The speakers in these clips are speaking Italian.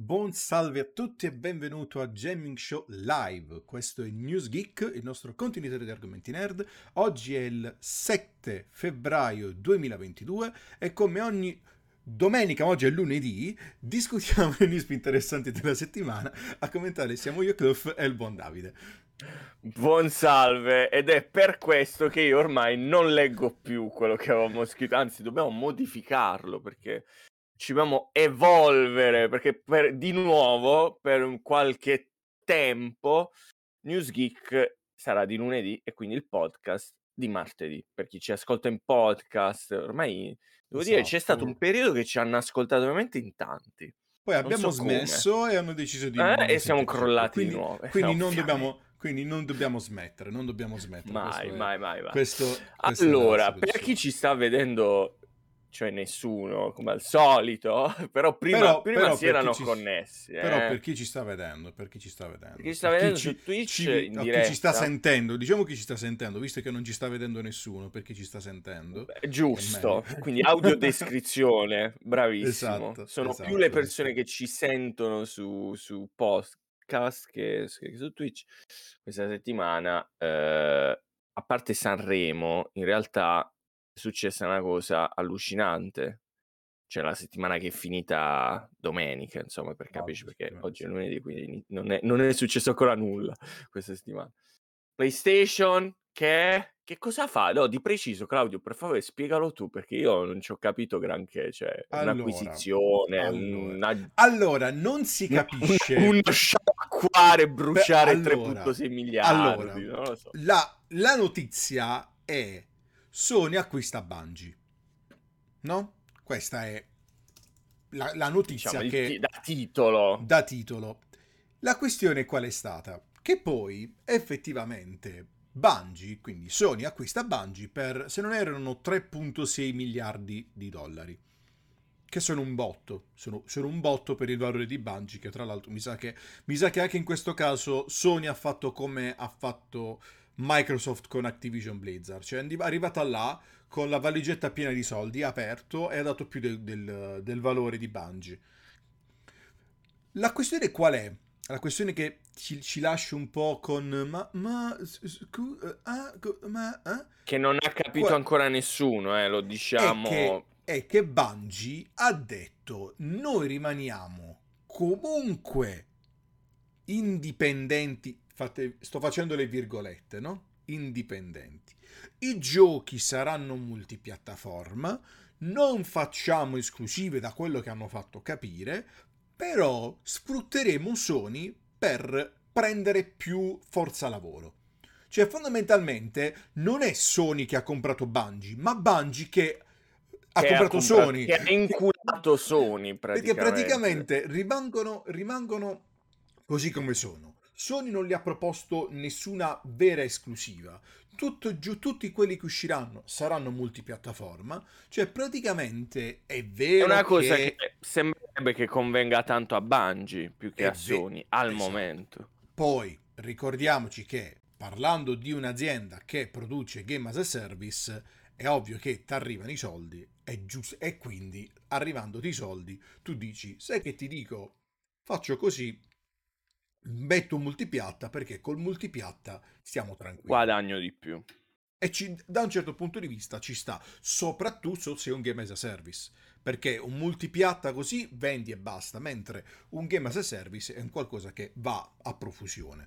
Buon salve a tutti e benvenuto a Jamming Show Live. Questo è News Geek, il nostro contenitore di argomenti nerd. Oggi è il 7 febbraio 2022 e come ogni domenica, oggi è lunedì, discutiamo le news più interessanti della settimana. A commentare siamo io, Cluff, e il buon Davide. Buon salve, ed è per questo che io ormai non leggo più quello che avevamo scritto, anzi dobbiamo modificarlo perché ci dobbiamo evolvere, perché di nuovo per un qualche tempo News Geek sarà di lunedì e quindi il podcast di martedì. Per chi ci ascolta in podcast, ormai devo dire c'è stato un periodo che ci hanno ascoltato veramente in tanti. Poi Non abbiamo so come. smesso e hanno deciso di non E siamo sentirci più. crollati di nuovo. Quindi non dobbiamo smettere, non dobbiamo smettere. Mai. Questo Allora, è per chi ci sta vedendo, cioè nessuno, come al solito, però prima si erano connessi. Però per chi ci sta vedendo, Per chi ci sta vedendo su Twitch in diretta. Chi ci sta sentendo, diciamo chi ci sta sentendo, visto che non ci sta vedendo nessuno, per chi ci sta sentendo. Giusto, quindi audiodescrizione, bravissimo. Esatto, Sono più le persone che ci sentono su podcast che su Twitch. Questa settimana, a parte Sanremo, in realtà è successa una cosa allucinante. Cioè la settimana che è finita domenica, insomma, per capirci, perché oggi è lunedì, quindi non è successo ancora nulla questa settimana. PlayStation, che cosa fa? No, di preciso, Claudio, per favore, spiegalo tu, perché io non ci ho capito granché, cioè un'acquisizione, allora, non si capisce un sciacquare, bruciare 3.6 miliardi, allora, non lo so. La notizia è Sony acquista Bungie, no? Questa è la notizia, diciamo, che da titolo. La questione qual è stata? Che poi effettivamente Bungie, quindi Sony acquista Bungie per, se non erano 3.6 miliardi di dollari, che sono un botto, sono un botto per il valore di Bungie, che tra l'altro mi sa che anche in questo caso Sony ha fatto come ha fatto Microsoft con Activision Blizzard, cioè è arrivata là con la valigetta piena di soldi, ha aperto e ha dato più del valore di Bungie. La questione qual è? La questione che ci lascia un po' con che non ha capito ancora nessuno, lo diciamo. È che Bungie ha detto: noi rimaniamo comunque indipendenti, sto facendo le virgolette, no? Indipendenti. I giochi saranno multipiattaforma, non facciamo esclusive da quello che hanno fatto capire, però sfrutteremo Sony per prendere più forza lavoro. Cioè fondamentalmente non è Sony che ha comprato Bungie, ma Bungie che ha comprato Sony. Che ha inculato Sony praticamente. Perché praticamente rimangono così come sono. Sony non gli ha proposto nessuna vera esclusiva. Tutti quelli che usciranno saranno multipiattaforma. Cioè praticamente è vero. È una cosa che sembrerebbe che convenga tanto a Bungie più che a Sony al momento. Poi ricordiamoci che parlando di un'azienda che produce game as a service, è ovvio che ti arrivano i soldi, e quindi arrivandoti i soldi tu dici: sai che ti dico, faccio così, metto un multipiatta, perché col multipiatta stiamo tranquilli, guadagno di più e da un certo punto di vista ci sta, soprattutto se è un game as a service, perché un multipiatta così vendi e basta, mentre un game as a service è un qualcosa che va a profusione.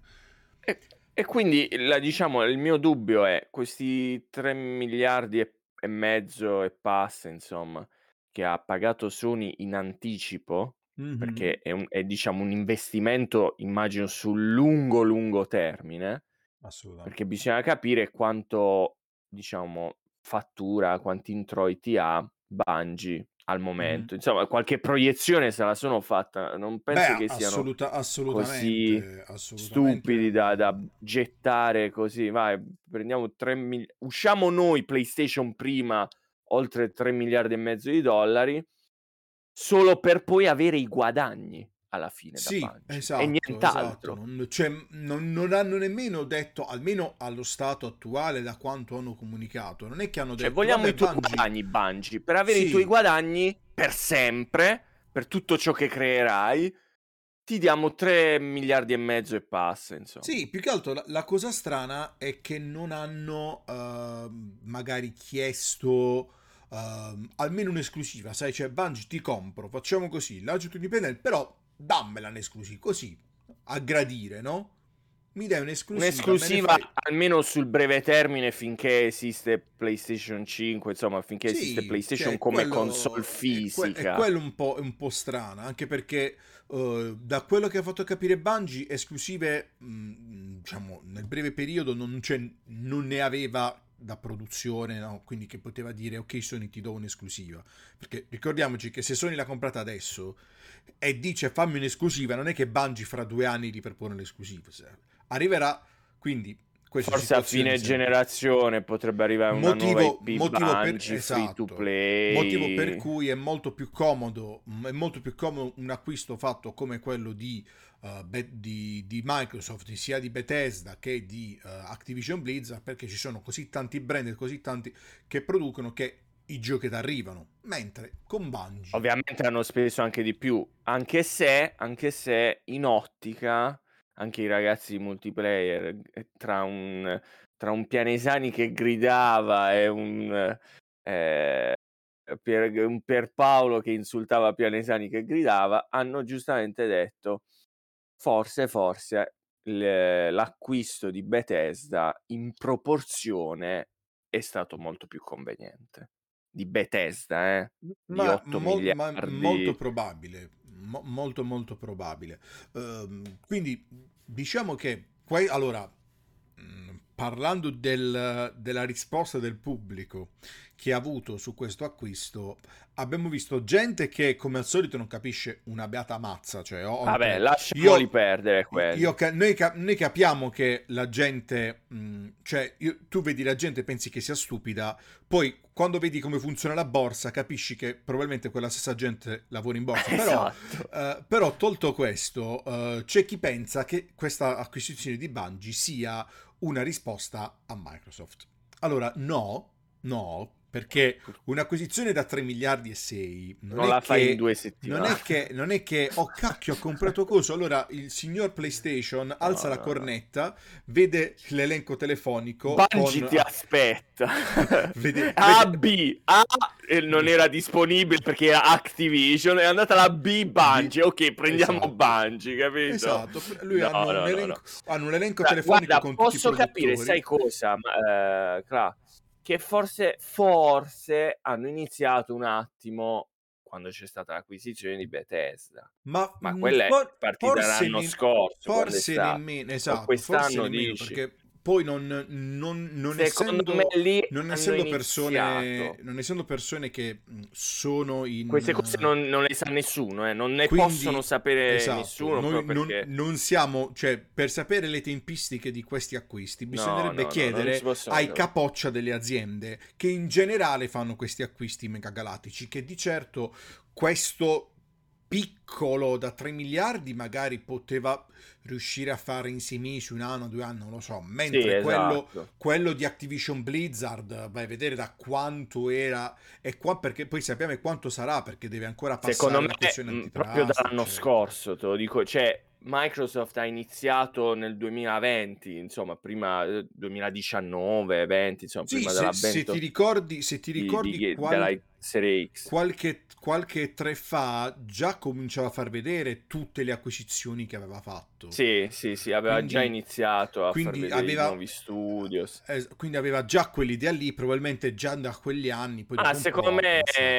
E quindi diciamo il mio dubbio è questi 3 miliardi e mezzo e passa, insomma, che ha pagato Sony in anticipo, perché è diciamo un investimento, immagino, sul lungo termine. Assolutamente. Perché bisogna capire quanto, diciamo, fattura, quanti introiti ha Bungie al momento. Insomma, qualche proiezione se la sono fatta. Non penso che siano così stupidi da gettare così. Vai, prendiamo usciamo noi PlayStation prima, oltre 3 miliardi e mezzo di dollari, solo per poi avere i guadagni alla fine da Bungie. Esatto, e nient'altro. Esatto. Non hanno nemmeno detto, almeno allo stato attuale, da quanto hanno comunicato, non è che hanno detto: vogliamo i tuoi guadagni, Bungie, per avere i tuoi guadagni per sempre, per tutto ciò che creerai, ti diamo 3 miliardi e mezzo e passa, insomma. Sì, più che altro la cosa strana è che non hanno magari chiesto almeno un'esclusiva, sai, cioè Bungie ti compro, facciamo così, lancio tu indipendente, però dammela un'esclusiva, così, a gradire, no? Mi dai un'esclusiva fai... almeno sul breve termine finché esiste PlayStation 5, insomma, finché esiste Sì, PlayStation cioè, come console fisica. è quello è un po' strana, anche perché da quello che ha fatto capire Bungie, esclusive, diciamo, nel breve periodo non ne aveva da produzione, no? Quindi che poteva dire ok Sony ti do un'esclusiva, perché ricordiamoci che se Sony l'ha comprata adesso e dice fammi un'esclusiva, non è che Bungie fra 2 anni gli propone l'esclusiva, arriverà, quindi forse a fine generazione potrebbe arrivare una nuova IP Bungie, free to play. Motivo per cui è molto più comodo un acquisto fatto come quello di Microsoft, sia di Bethesda che di Activision Blizzard, perché ci sono così tanti brand e così tanti che producono che i giochi ti arrivano, mentre con Bungie ovviamente hanno speso anche di più, anche se in ottica anche i ragazzi di multiplayer, tra un Pianesani che gridava e un Pierpaolo che insultava Pianesani che gridava, hanno giustamente detto forse l'acquisto di Bethesda in proporzione è stato molto più conveniente. Di Bethesda, di 8 miliardi. molto probabile, molto probabile. Quindi diciamo che allora, parlando della risposta del pubblico che ha avuto su questo acquisto, abbiamo visto gente che come al solito non capisce una beata mazza, cioè vabbè, lasciamoli perdere quelli. Noi capiamo che la gente, cioè tu vedi la gente e pensi che sia stupida, poi quando vedi come funziona la borsa capisci che probabilmente quella stessa gente lavora in borsa. Esatto. Però tolto questo, c'è chi pensa che questa acquisizione di Bungie sia una risposta a Microsoft. Allora no, perché un'acquisizione da 3 miliardi e 6 non la fai in 2 settimane. Non è che oh cacchio ho comprato coso, allora il signor PlayStation alza la cornetta, vede l'elenco telefonico, Bungie ti aspetta. vede B A non era disponibile perché era Activision, è andata la B Bungie, ok, prendiamo esatto. Bungie, capito? Esatto, lui hanno un elenco telefonico. Guarda, con posso tutti i capire, sai cosa, che forse hanno iniziato un attimo quando c'è stata l'acquisizione di Bethesda, ma quella è partita l'anno scorso, forse nemmeno, esatto, quest'anno dici? Perché poi non essendo persone che sono in queste cose non le sa nessuno, non ne possono sapere esatto, nessuno, noi perché non siamo, cioè per sapere le tempistiche di questi acquisti bisognerebbe chiedere ai capoccia delle aziende che in generale fanno questi acquisti megagalattici, che di certo questo piccolo da 3 miliardi magari poteva riuscire a fare in 6 mesi, 1 anno, 2 anni, non lo so, mentre sì, esatto. quello di Activision Blizzard vai a vedere da quanto era e qua, perché poi sappiamo quanto sarà, perché deve ancora passare secondo la questione antitrust, proprio dall'anno scorso, te lo dico, cioè Microsoft ha iniziato nel 2020, insomma, prima 2019, 20, insomma, sì, prima dell'avvento se ti ricordi della serie X. Qualche 3 fa già cominciava a far vedere tutte le acquisizioni che aveva fatto. Sì, aveva già iniziato a far vedere i nuovi studios. Quindi aveva già quell'idea lì, probabilmente già da quegli anni. Poi secondo me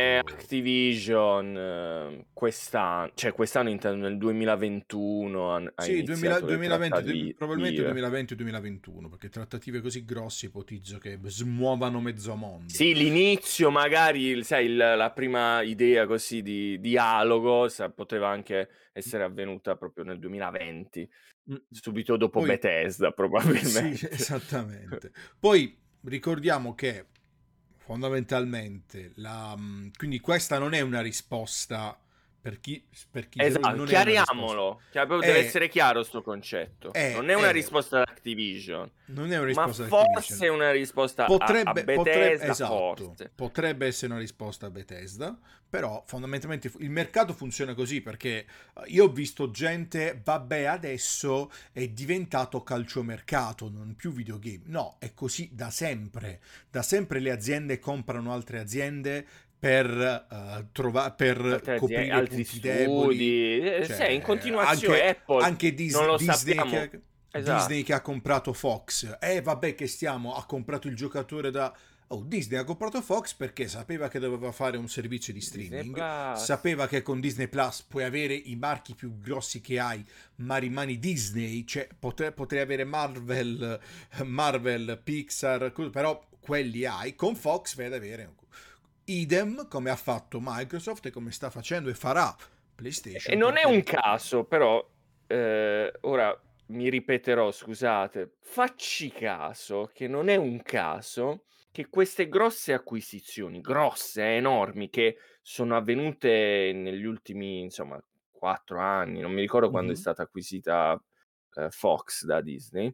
Activision quest'anno intendo nel 2021 ha iniziato 2020, probabilmente 2020-2021, perché trattative così grosse ipotizzo che smuovano mezzo mondo. Sì, l'inizio magari, sai, la prima idea così di dialogo poteva anche essere avvenuta proprio nel 2020, subito dopo Bethesda probabilmente. Sì, esattamente. Poi ricordiamo che fondamentalmente quindi questa non è una risposta per chi esatto, non chiariamolo, deve essere chiaro sto concetto. Non è una risposta ad Activision, non è una risposta ma forse è una risposta a Bethesda, esatto, forse. potrebbe essere una risposta a Bethesda, però fondamentalmente il mercato funziona così, perché io ho visto gente, vabbè, adesso è diventato calciomercato, non più videogame. No, è così da sempre le aziende comprano altre aziende per coprire altri punti studi, deboli, cioè, in cioè, continuazione Apple anche non lo Disney sappiamo. Disney che ha comprato Fox, vabbè che ha comprato il giocatore Disney ha comprato Fox perché sapeva che doveva fare un servizio di streaming, sapeva che con Disney Plus puoi avere i marchi più grossi che hai, ma rimani Disney, cioè potrei avere Marvel, Pixar, però quelli hai, con Fox vai ad avere idem come ha fatto Microsoft e come sta facendo e farà PlayStation. E non è un caso, però, ora mi ripeterò, scusate, facci caso che non è un caso che queste grosse acquisizioni, enormi, che sono avvenute negli ultimi, insomma, 4 anni, non mi ricordo quando è stata acquisita Fox da Disney,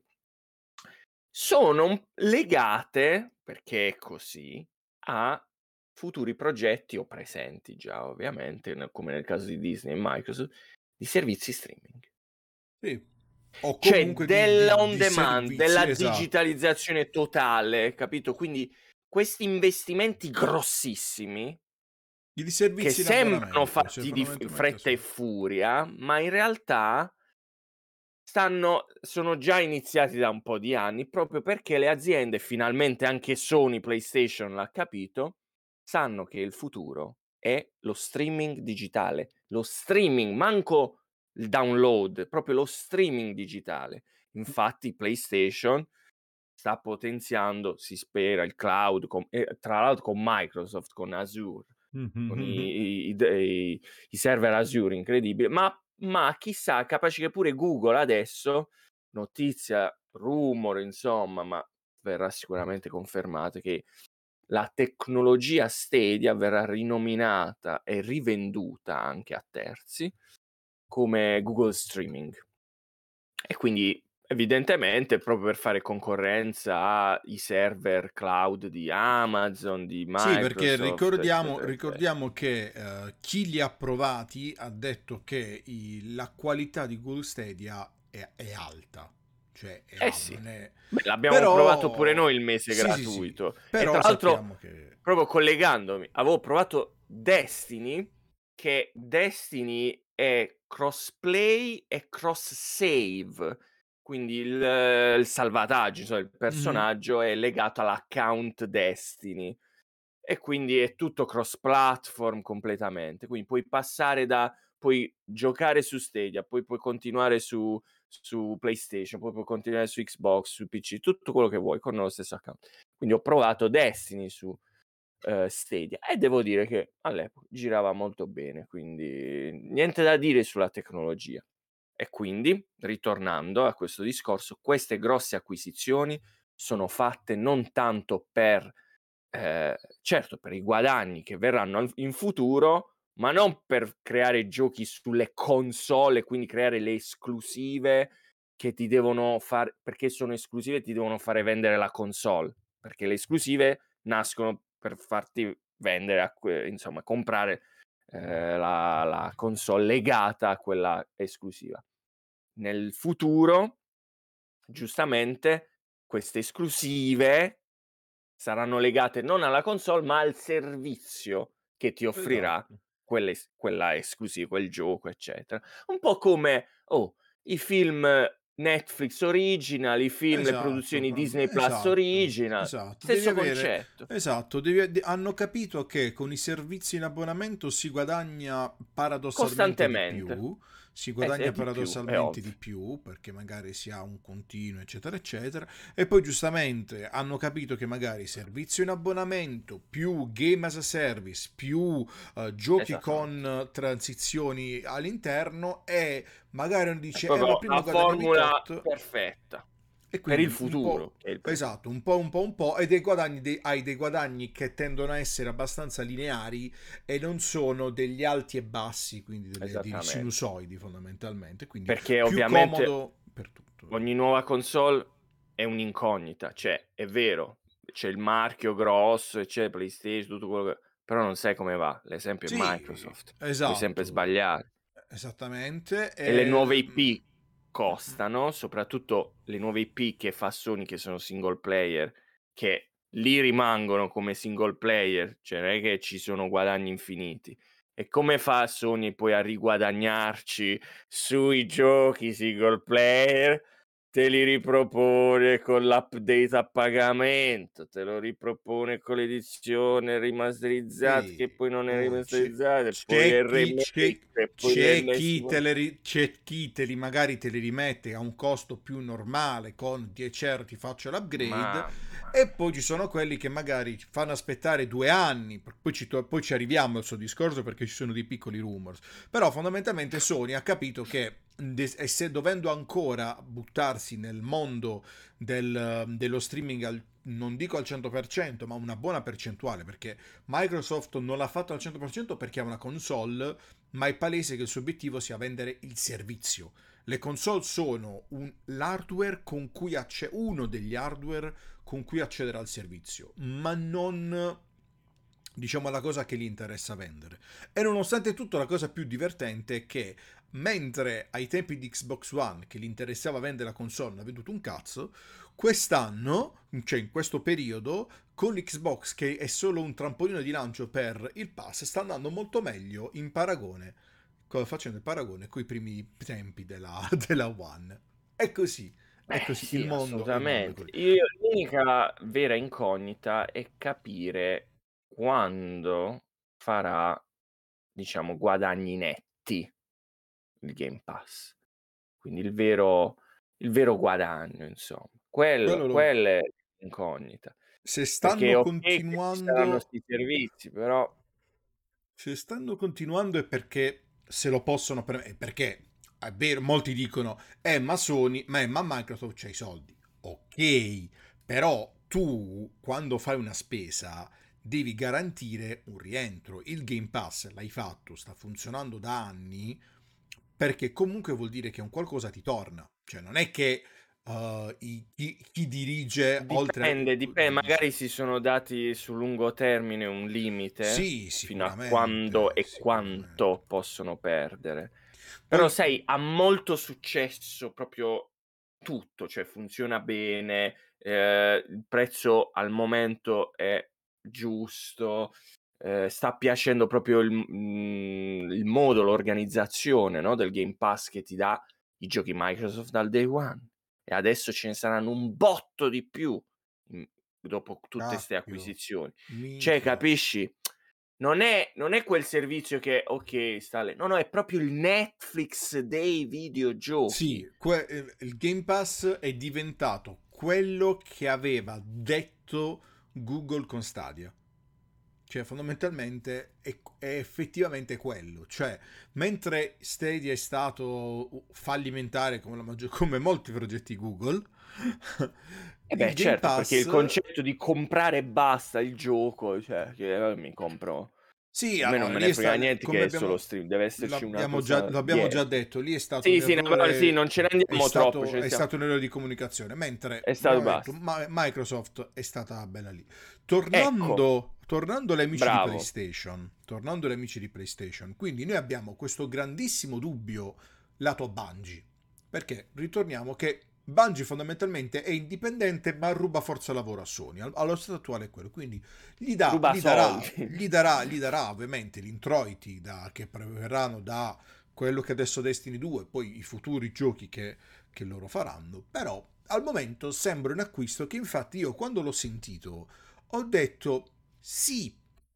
sono legate, perché è così, a futuri progetti o presenti già ovviamente, come nel caso di Disney e Microsoft, di servizi streaming. Sì. O cioè comunque dell'on di demand, servizi, della esatto. digitalizzazione totale, capito? Quindi questi investimenti grossissimi di servizi che sembrano fatti di fretta e furia, ma in realtà sono già iniziati da un po' di anni, proprio perché le aziende, finalmente anche Sony PlayStation l'ha capito, sanno che il futuro è lo streaming digitale. Lo streaming, manco il download, proprio lo streaming digitale. Infatti PlayStation sta potenziando, si spera, il cloud, tra l'altro con Microsoft, con Azure, con i server Azure, incredibile, ma chissà, capace che pure Google adesso, notizia, rumore, insomma, ma verrà sicuramente confermato, che la tecnologia Stadia verrà rinominata e rivenduta anche a terzi come Google Streaming. E quindi evidentemente proprio per fare concorrenza ai server cloud di Amazon, di Sì, perché Microsoft, eccetera, ricordiamo che chi li ha provati ha detto che la qualità di Google Stadia è alta. Cioè è alta, sì. non è... Beh, l'abbiamo provato pure noi il mese sì, gratuito. Sì. E Però tra l'altro, sappiamo che... proprio collegandomi, avevo provato Destiny, che Destiny è crossplay e cross save, quindi il salvataggio, insomma, il personaggio è legato all'account Destiny e quindi è tutto cross platform completamente, quindi puoi giocare su Stadia, poi puoi continuare su PlayStation, poi puoi continuare su Xbox, su PC, tutto quello che vuoi con lo stesso account. Quindi ho provato Destiny su Stadia e devo dire che all'epoca girava molto bene, quindi niente da dire sulla tecnologia. E quindi, ritornando a questo discorso, queste grosse acquisizioni sono fatte non tanto certo per i guadagni che verranno in futuro, ma non per creare giochi sulle console, quindi creare le esclusive che ti devono fare, perché sono esclusive ti devono fare vendere la console, perché le esclusive nascono per farti vendere, insomma, comprare la console legata a quella esclusiva. Nel futuro, giustamente, queste esclusive saranno legate non alla console, ma al servizio che ti offrirà quella esclusiva, quel gioco, eccetera. Un po' come i film Netflix original, i film, le produzioni Disney Plus original, stesso concetto. Esatto, hanno capito che con i servizi in abbonamento si guadagna paradossalmente di più. Si guadagna paradossalmente di più perché magari si ha un continuo, eccetera, eccetera. E poi giustamente hanno capito che magari servizio in abbonamento più game as a service più giochi con transizioni all'interno e magari uno dice la prima formula tot, perfetta. E per il quindi futuro. esatto, un po', e hai dei guadagni che tendono a essere abbastanza lineari e non sono degli alti e bassi, quindi degli sinusoidi fondamentalmente, quindi perché più ovviamente comodo per tutto. Ogni nuova console è un'incognita, cioè è vero, c'è il marchio grosso e c'è PlayStation, tutto quello che... però non sai come va, l'esempio è Sì, Microsoft, puoi sempre esatto, sbagliare. esattamente. E le nuove IP costano, soprattutto le nuove IP che fa Sony che sono single player, che lì rimangono come single player, cioè non è che ci sono guadagni infiniti. E come fa Sony poi a riguadagnarci sui giochi single player? Te li ripropone con l'update a pagamento, te lo ripropone con l'edizione rimasterizzata, Sì, che poi non è c'è, rimasterizzata, e poi è c'è chi, remake, e poi c'è chi l'ennesimo... te c'è chi te li magari te li rimette a un costo più normale con 10 euro ti faccio l'upgrade, Mamma e mia. poi ci sono quelli che magari fanno aspettare 2 anni, poi ci arriviamo al suo discorso perché ci sono dei piccoli rumors, però fondamentalmente Sony ha capito che e se dovendo ancora buttarsi nel mondo dello streaming non dico al 100%, ma una buona percentuale, perché Microsoft non l'ha fatto al 100% perché ha una console, ma è palese che il suo obiettivo sia vendere il servizio. Le console sono l'hardware con cui uno degli hardware con cui accedere al servizio, ma non diciamo la cosa che gli interessa vendere. E nonostante tutto la cosa più divertente è che mentre ai tempi di Xbox One che gli interessava vendere la console non ha venduto un cazzo, quest'anno, cioè in questo periodo, con l'Xbox che è solo un trampolino di lancio per il pass, sta andando molto meglio in paragone, facendo il paragone con i primi tempi della One. È così, è così, Sì, il mondo è assolutamente. così. L'unica vera incognita è capire quando farà, diciamo, guadagni netti il Game Pass. Quindi il vero guadagno, insomma. Quello Quella è l'incognita. se Perché stanno ok che ci saranno continuando 'sti servizi, però Se stanno continuando è perché se lo possono permettere. Perché è vero, molti dicono, ma Sony, ma Microsoft c'ha i soldi. Ok, però tu quando fai una spesa devi garantire un rientro. Il Game Pass l'hai fatto, sta funzionando da anni, perché comunque vuol dire che un qualcosa ti torna. Cioè non è che chi dirige oltre... dipende, magari si sono dati sul lungo termine un limite Sì, fino a quando sicuramente, e sicuramente. quanto possono perdere. Però Poi sai, ha molto successo proprio tutto, cioè funziona bene, il prezzo al momento è giusto, sta piacendo proprio il modo, l'organizzazione, no, del Game Pass che ti dà i giochi Microsoft dal day one. E adesso ce ne saranno un botto di più, dopo tutte 'ste Cappio, acquisizioni. Cioè, minchia. capisci? Non è quel servizio che, okay, sta lì. No, è proprio il Netflix dei videogiochi. Sì, il Game Pass è diventato quello che aveva detto Google con Stadia. Cioè, fondamentalmente è effettivamente quello. Cioè, mentre Stadia è stato fallimentare come molti progetti Google, Eh il beh, Game certo, perché il Pass concetto di comprare e basta il gioco, cioè che mi compro, sì, a me non allora me lì ne è frega stato, niente come che è solo abbiamo, stream, deve esserci una cosa lo abbiamo già dietro. detto, lì è stato un Sì, sì, no, però sì, errore, non ce ne andiamo troppo, ce ne è stiamo, stato un errore di comunicazione, mentre è abbiamo stato detto, basta. Microsoft è stata bella lì. Ecco, Tornando bravo. Tornando agli amici di PlayStation, quindi noi abbiamo questo grandissimo dubbio lato Bungie, perché ritorniamo che Bungie fondamentalmente è indipendente ma ruba forza lavoro a Sony, allo stato attuale è quello, quindi Ruba soldi. gli darà ovviamente gli introiti che proverranno da quello che adesso Destiny 2 e poi i futuri giochi che loro faranno, però al momento sembra un acquisto che infatti io quando l'ho sentito ho detto sì,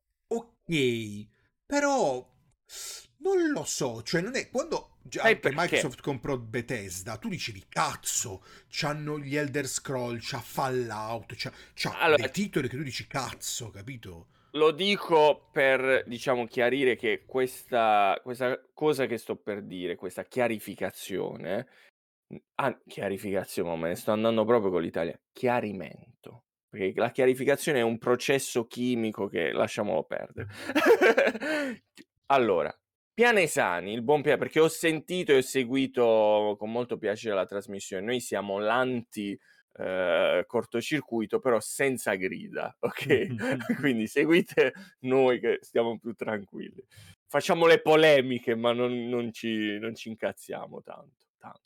ok, però non lo so, cioè non è quando Sai anche perché? Microsoft comprò Bethesda, tu dicevi cazzo, c'hanno gli Elder Scroll, c'ha Fallout, c'ha dei Allora, titoli che tu dici cazzo, capito? lo dico per, diciamo, chiarire che questa cosa che sto per dire, questa chiarificazione, Chiarificazione, ma me ne sto andando proprio con l'Italia. Chiarimento. Perché la chiarificazione è un processo chimico che lasciamolo perdere. Allora, Pianesani, il buon Pianesani, perché ho sentito e ho seguito con molto piacere la trasmissione. Noi siamo l'anti cortocircuito, però senza grida, ok? Quindi seguite noi che stiamo più tranquilli. Facciamo le polemiche, ma non ci incazziamo tanto.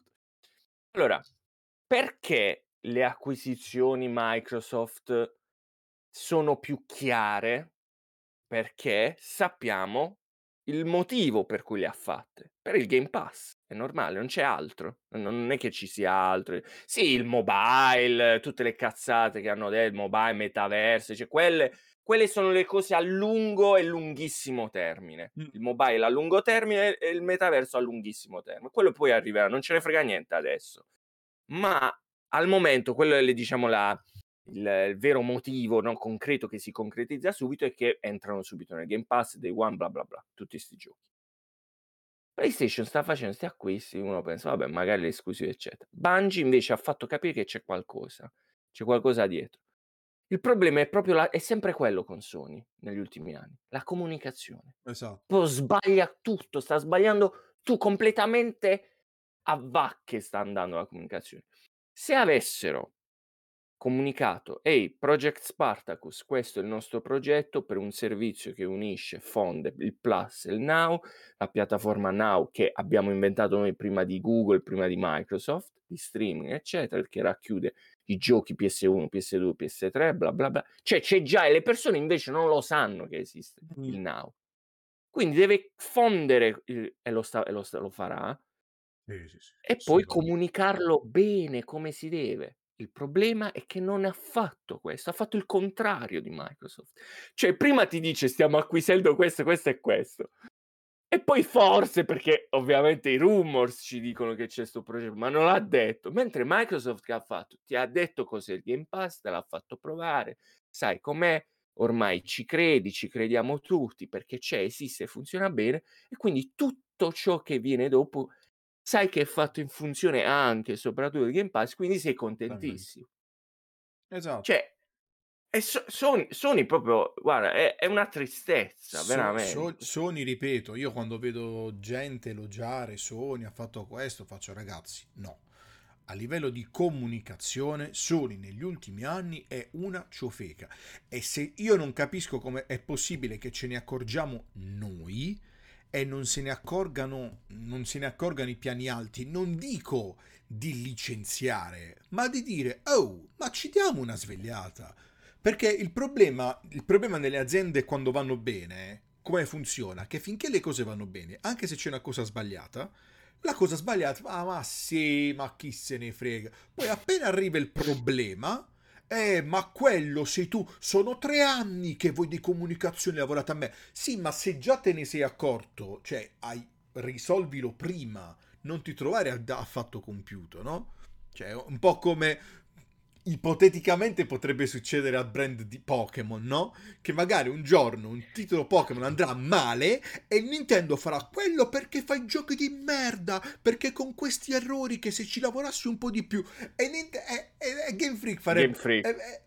Allora, perché le acquisizioni Microsoft sono più chiare? Perché sappiamo il motivo per cui le ha fatte. Per il Game Pass, è normale, non c'è altro. Non è che ci sia altro. Sì, il mobile, tutte le cazzate che hanno detto, il mobile, metaverso, cioè quelle sono le cose a lungo e lunghissimo termine. Il mobile a lungo termine e il metaverso a lunghissimo termine. Quello poi arriverà, non ce ne frega niente adesso. Ma al momento quello è, diciamo, il vero motivo, no, concreto che si concretizza subito è che entrano subito nel Game Pass, Day One, bla bla bla, tutti sti giochi. PlayStation sta facendo questi acquisti, uno pensa, vabbè, magari le esclusive, eccetera. Bungie invece ha fatto capire che c'è qualcosa dietro. Il problema è proprio è sempre quello con Sony negli ultimi anni, la comunicazione. Esatto. Poi sbaglia tutto, sta sbagliando tu completamente a vacche sta andando la comunicazione. Se avessero comunicato: "Ehi, Project Spartacus, questo è il nostro progetto per un servizio che unisce, fonde il Plus e il Now, la piattaforma Now che abbiamo inventato noi prima di Google, prima di Microsoft, di streaming, eccetera, che racchiude i giochi PS1, PS2, PS3, bla bla bla". Cioè c'è già e le persone invece non lo sanno che esiste il Now. Quindi deve fondere e lo farà Sì, e poi comunicarlo bene, come si deve. Il problema è che non ha fatto questo, ha fatto il contrario di Microsoft. Cioè prima ti dice stiamo acquisendo questo, questo e questo. E poi forse, perché ovviamente i rumors ci dicono che c'è sto progetto, ma non l'ha detto. Mentre Microsoft che ha fatto? Ti ha detto cos'è il Game Pass, te l'ha fatto provare, sai com'è, ormai ci credi, ci crediamo tutti, perché c'è, esiste, funziona bene, e quindi tutto ciò che viene dopo sai che è fatto in funzione anche e soprattutto del Game Pass, quindi sei contentissimo. Esatto. Cioè, Sony proprio, guarda, è una tristezza, veramente. Sony, ripeto, io quando vedo gente elogiare Sony ha fatto questo, faccio ragazzi, no. A livello di comunicazione, Sony negli ultimi anni è una ciofeca. E se io non capisco come è possibile che ce ne accorgiamo noi e non se ne accorgano i piani alti, non dico di licenziare, ma di dire, oh, ma ci diamo una svegliata. Perché il problema nelle aziende quando vanno bene, come funziona? Che finché le cose vanno bene, anche se c'è una cosa sbagliata, la cosa sbagliata, ma sì, ma chi se ne frega. Poi appena arriva il problema, ma quello sei tu, sono 3 anni che voi di comunicazione lavorate a me. Sì, ma se già te ne sei accorto, cioè risolvilo prima, non ti trovare affatto compiuto, no? Cioè, un po' come ipoteticamente potrebbe succedere al brand di Pokémon, no? Che magari un giorno un titolo Pokémon andrà male e Nintendo farà quello perché fai giochi di merda, perché con questi errori che se ci lavorassi un po' di più e Game Freak Game farebbe Freak.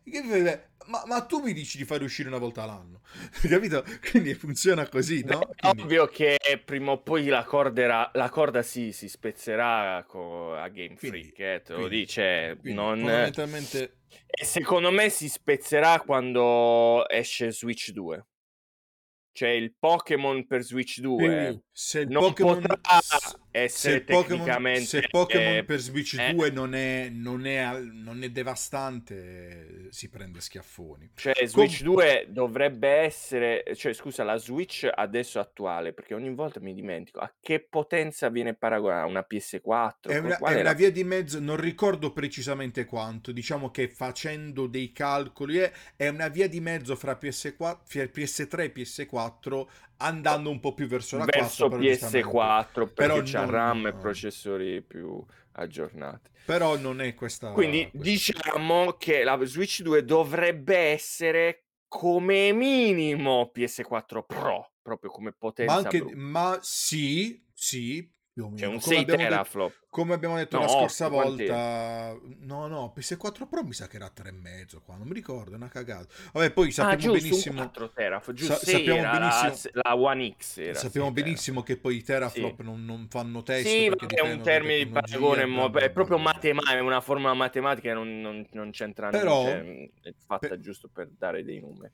ma tu mi dici di fare uscire una volta l'anno, capito? Quindi funziona così, Beh, no? è Quindi, ovvio che prima o poi la corda si spezzerà a Game quindi, Freak, te lo quindi, dice, quindi non... fondamentalmente E secondo me si spezzerà quando esce Switch 2. Cioè il Pokémon per Switch 2 se il non Pokémon potrà se essere il Pokémon tecnicamente... se Pokémon per Switch 2 non è devastante, si prende schiaffoni. Cioè Com- Switch 2 dovrebbe essere, cioè scusa, la Switch adesso attuale, perché ogni volta mi dimentico, a che potenza viene paragonata? Una PS4? È Qual è una la... via di mezzo, non ricordo precisamente quanto, diciamo che facendo dei calcoli è una via di mezzo fra PS3 e PS4, andando un po' più verso la 4, Verso però giustamente. PS4 Però perché c'ha RAM e non, processori più aggiornati. però non è questa, Quindi questa cosa. diciamo che la Switch 2 dovrebbe essere come minimo PS4 Pro, proprio come Ma potenza anche, brutta. ma sì, sì, C'è un 6 teraflop. Come abbiamo detto la scorsa volta, no, PS4 Pro mi sa che era 3,5 qua, non mi ricordo, è una cagata. Vabbè, poi sappiamo benissimo 4 teraflop, giusto, sappiamo benissimo la One X era, sappiamo benissimo che poi i teraflop non fanno testo, sì, perché è un termine di paragone, è proprio matematica, è una formula matematica, non c'entra, però è fatta giusto per dare dei numeri.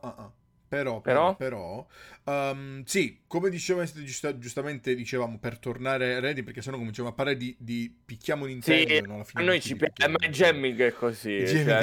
Però sì, come diceva giustamente dicevamo, per tornare a Reddit, perché sennò cominciamo a parlare di picchiamo Nintendo, sì, no, alla fine a noi ci piace, ma il jamming è così,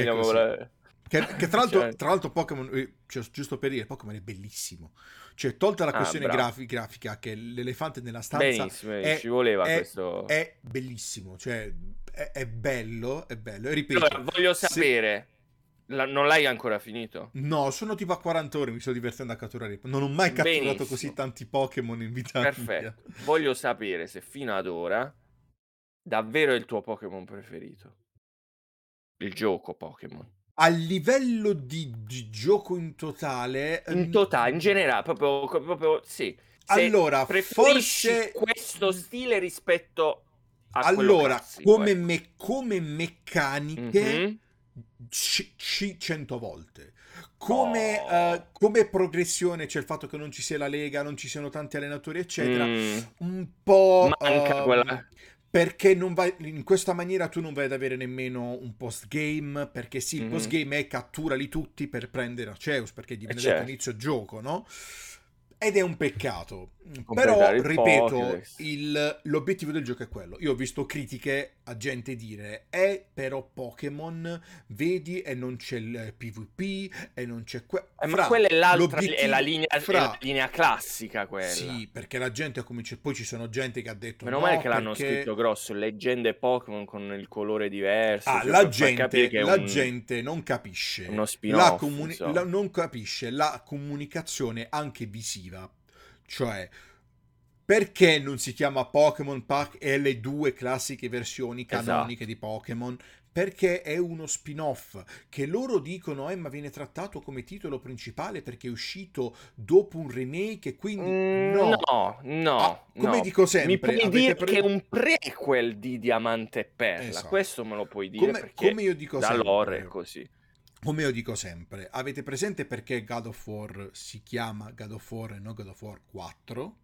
che tra l'altro Pokémon, giusto per dire, Pokémon è bellissimo, cioè tolta la questione grafica, che l'elefante nella stanza benissimo, ci voleva questo, è bellissimo, cioè è bello, e ripeto, allora, voglio sapere, non l'hai ancora finito? No, sono tipo a 40 ore, mi sto divertendo a catturare. Non ho mai catturato così tanti Pokémon in vita mia. Perfetto. Voglio sapere se fino ad ora davvero è il tuo Pokémon preferito. Il gioco Pokémon. A livello di gioco in totale... in generale, proprio sì. Se allora, forse... questo stile rispetto a allora, classico, come meccaniche... 100 volte. Come progressione c'è il fatto che non ci sia la lega, non ci siano tanti allenatori, eccetera. Un po' manca quella... perché non vai, in questa maniera tu non vai ad avere nemmeno un post game, perché sì, il post game è catturali tutti per prendere Arceus, perché gli viene detto inizio gioco, no? Ed è un peccato. Però, ripeto, l'obiettivo del gioco è quello. Io ho visto critiche a gente dire però Pokémon, vedi, e non c'è il PvP, e non c'è ma quella è l'altra, è la linea classica quella. Sì, perché la gente comincia, poi ci sono gente che ha detto meno male che l'hanno scritto grosso, leggende Pokémon con il colore diverso. La gente non capisce uno spin-off, non capisce la comunicazione anche visiva. Cioè, perché non si chiama Pokémon Pack e le due classiche versioni canoniche di Pokémon? Perché è uno spin-off che loro dicono ma viene trattato come titolo principale perché è uscito dopo un remake, e quindi no, come dico sempre, mi puoi dire che è un prequel di Diamante e Perla, questo me lo puoi dire, perché come io dico da sempre, lore è così. Come io dico sempre, avete presente perché God of War si chiama God of War e non God of War 4?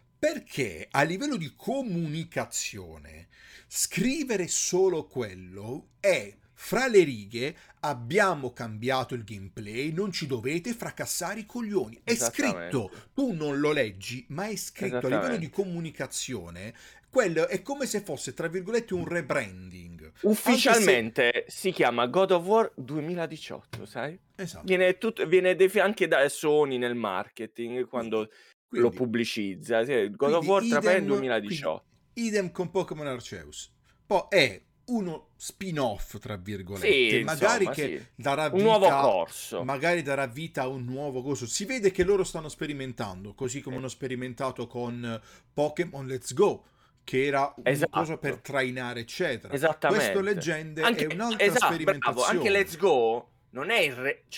Perché a livello di comunicazione, scrivere solo quello è, fra le righe, abbiamo cambiato il gameplay, non ci dovete fracassare i coglioni. È scritto, tu non lo leggi, ma è scritto. A livello di comunicazione, quello è come se fosse, tra virgolette, un rebranding. Ufficialmente si chiama God of War 2018, sai? Esatto. Viene anche da Sony nel marketing, quando lo pubblicizza. God of War 3 2018. Idem con Pokémon Arceus. Poi è uno spin-off, tra virgolette, magari che darà vita, un nuovo corso, magari darà vita a un nuovo corso. Si vede che loro stanno sperimentando, così come hanno sperimentato con Pokémon Let's Go, che era una cosa per trainare, eccetera. Esattamente. Questo Leggende è un'altra sperimentazione. Bravo. Anche Let's Go non è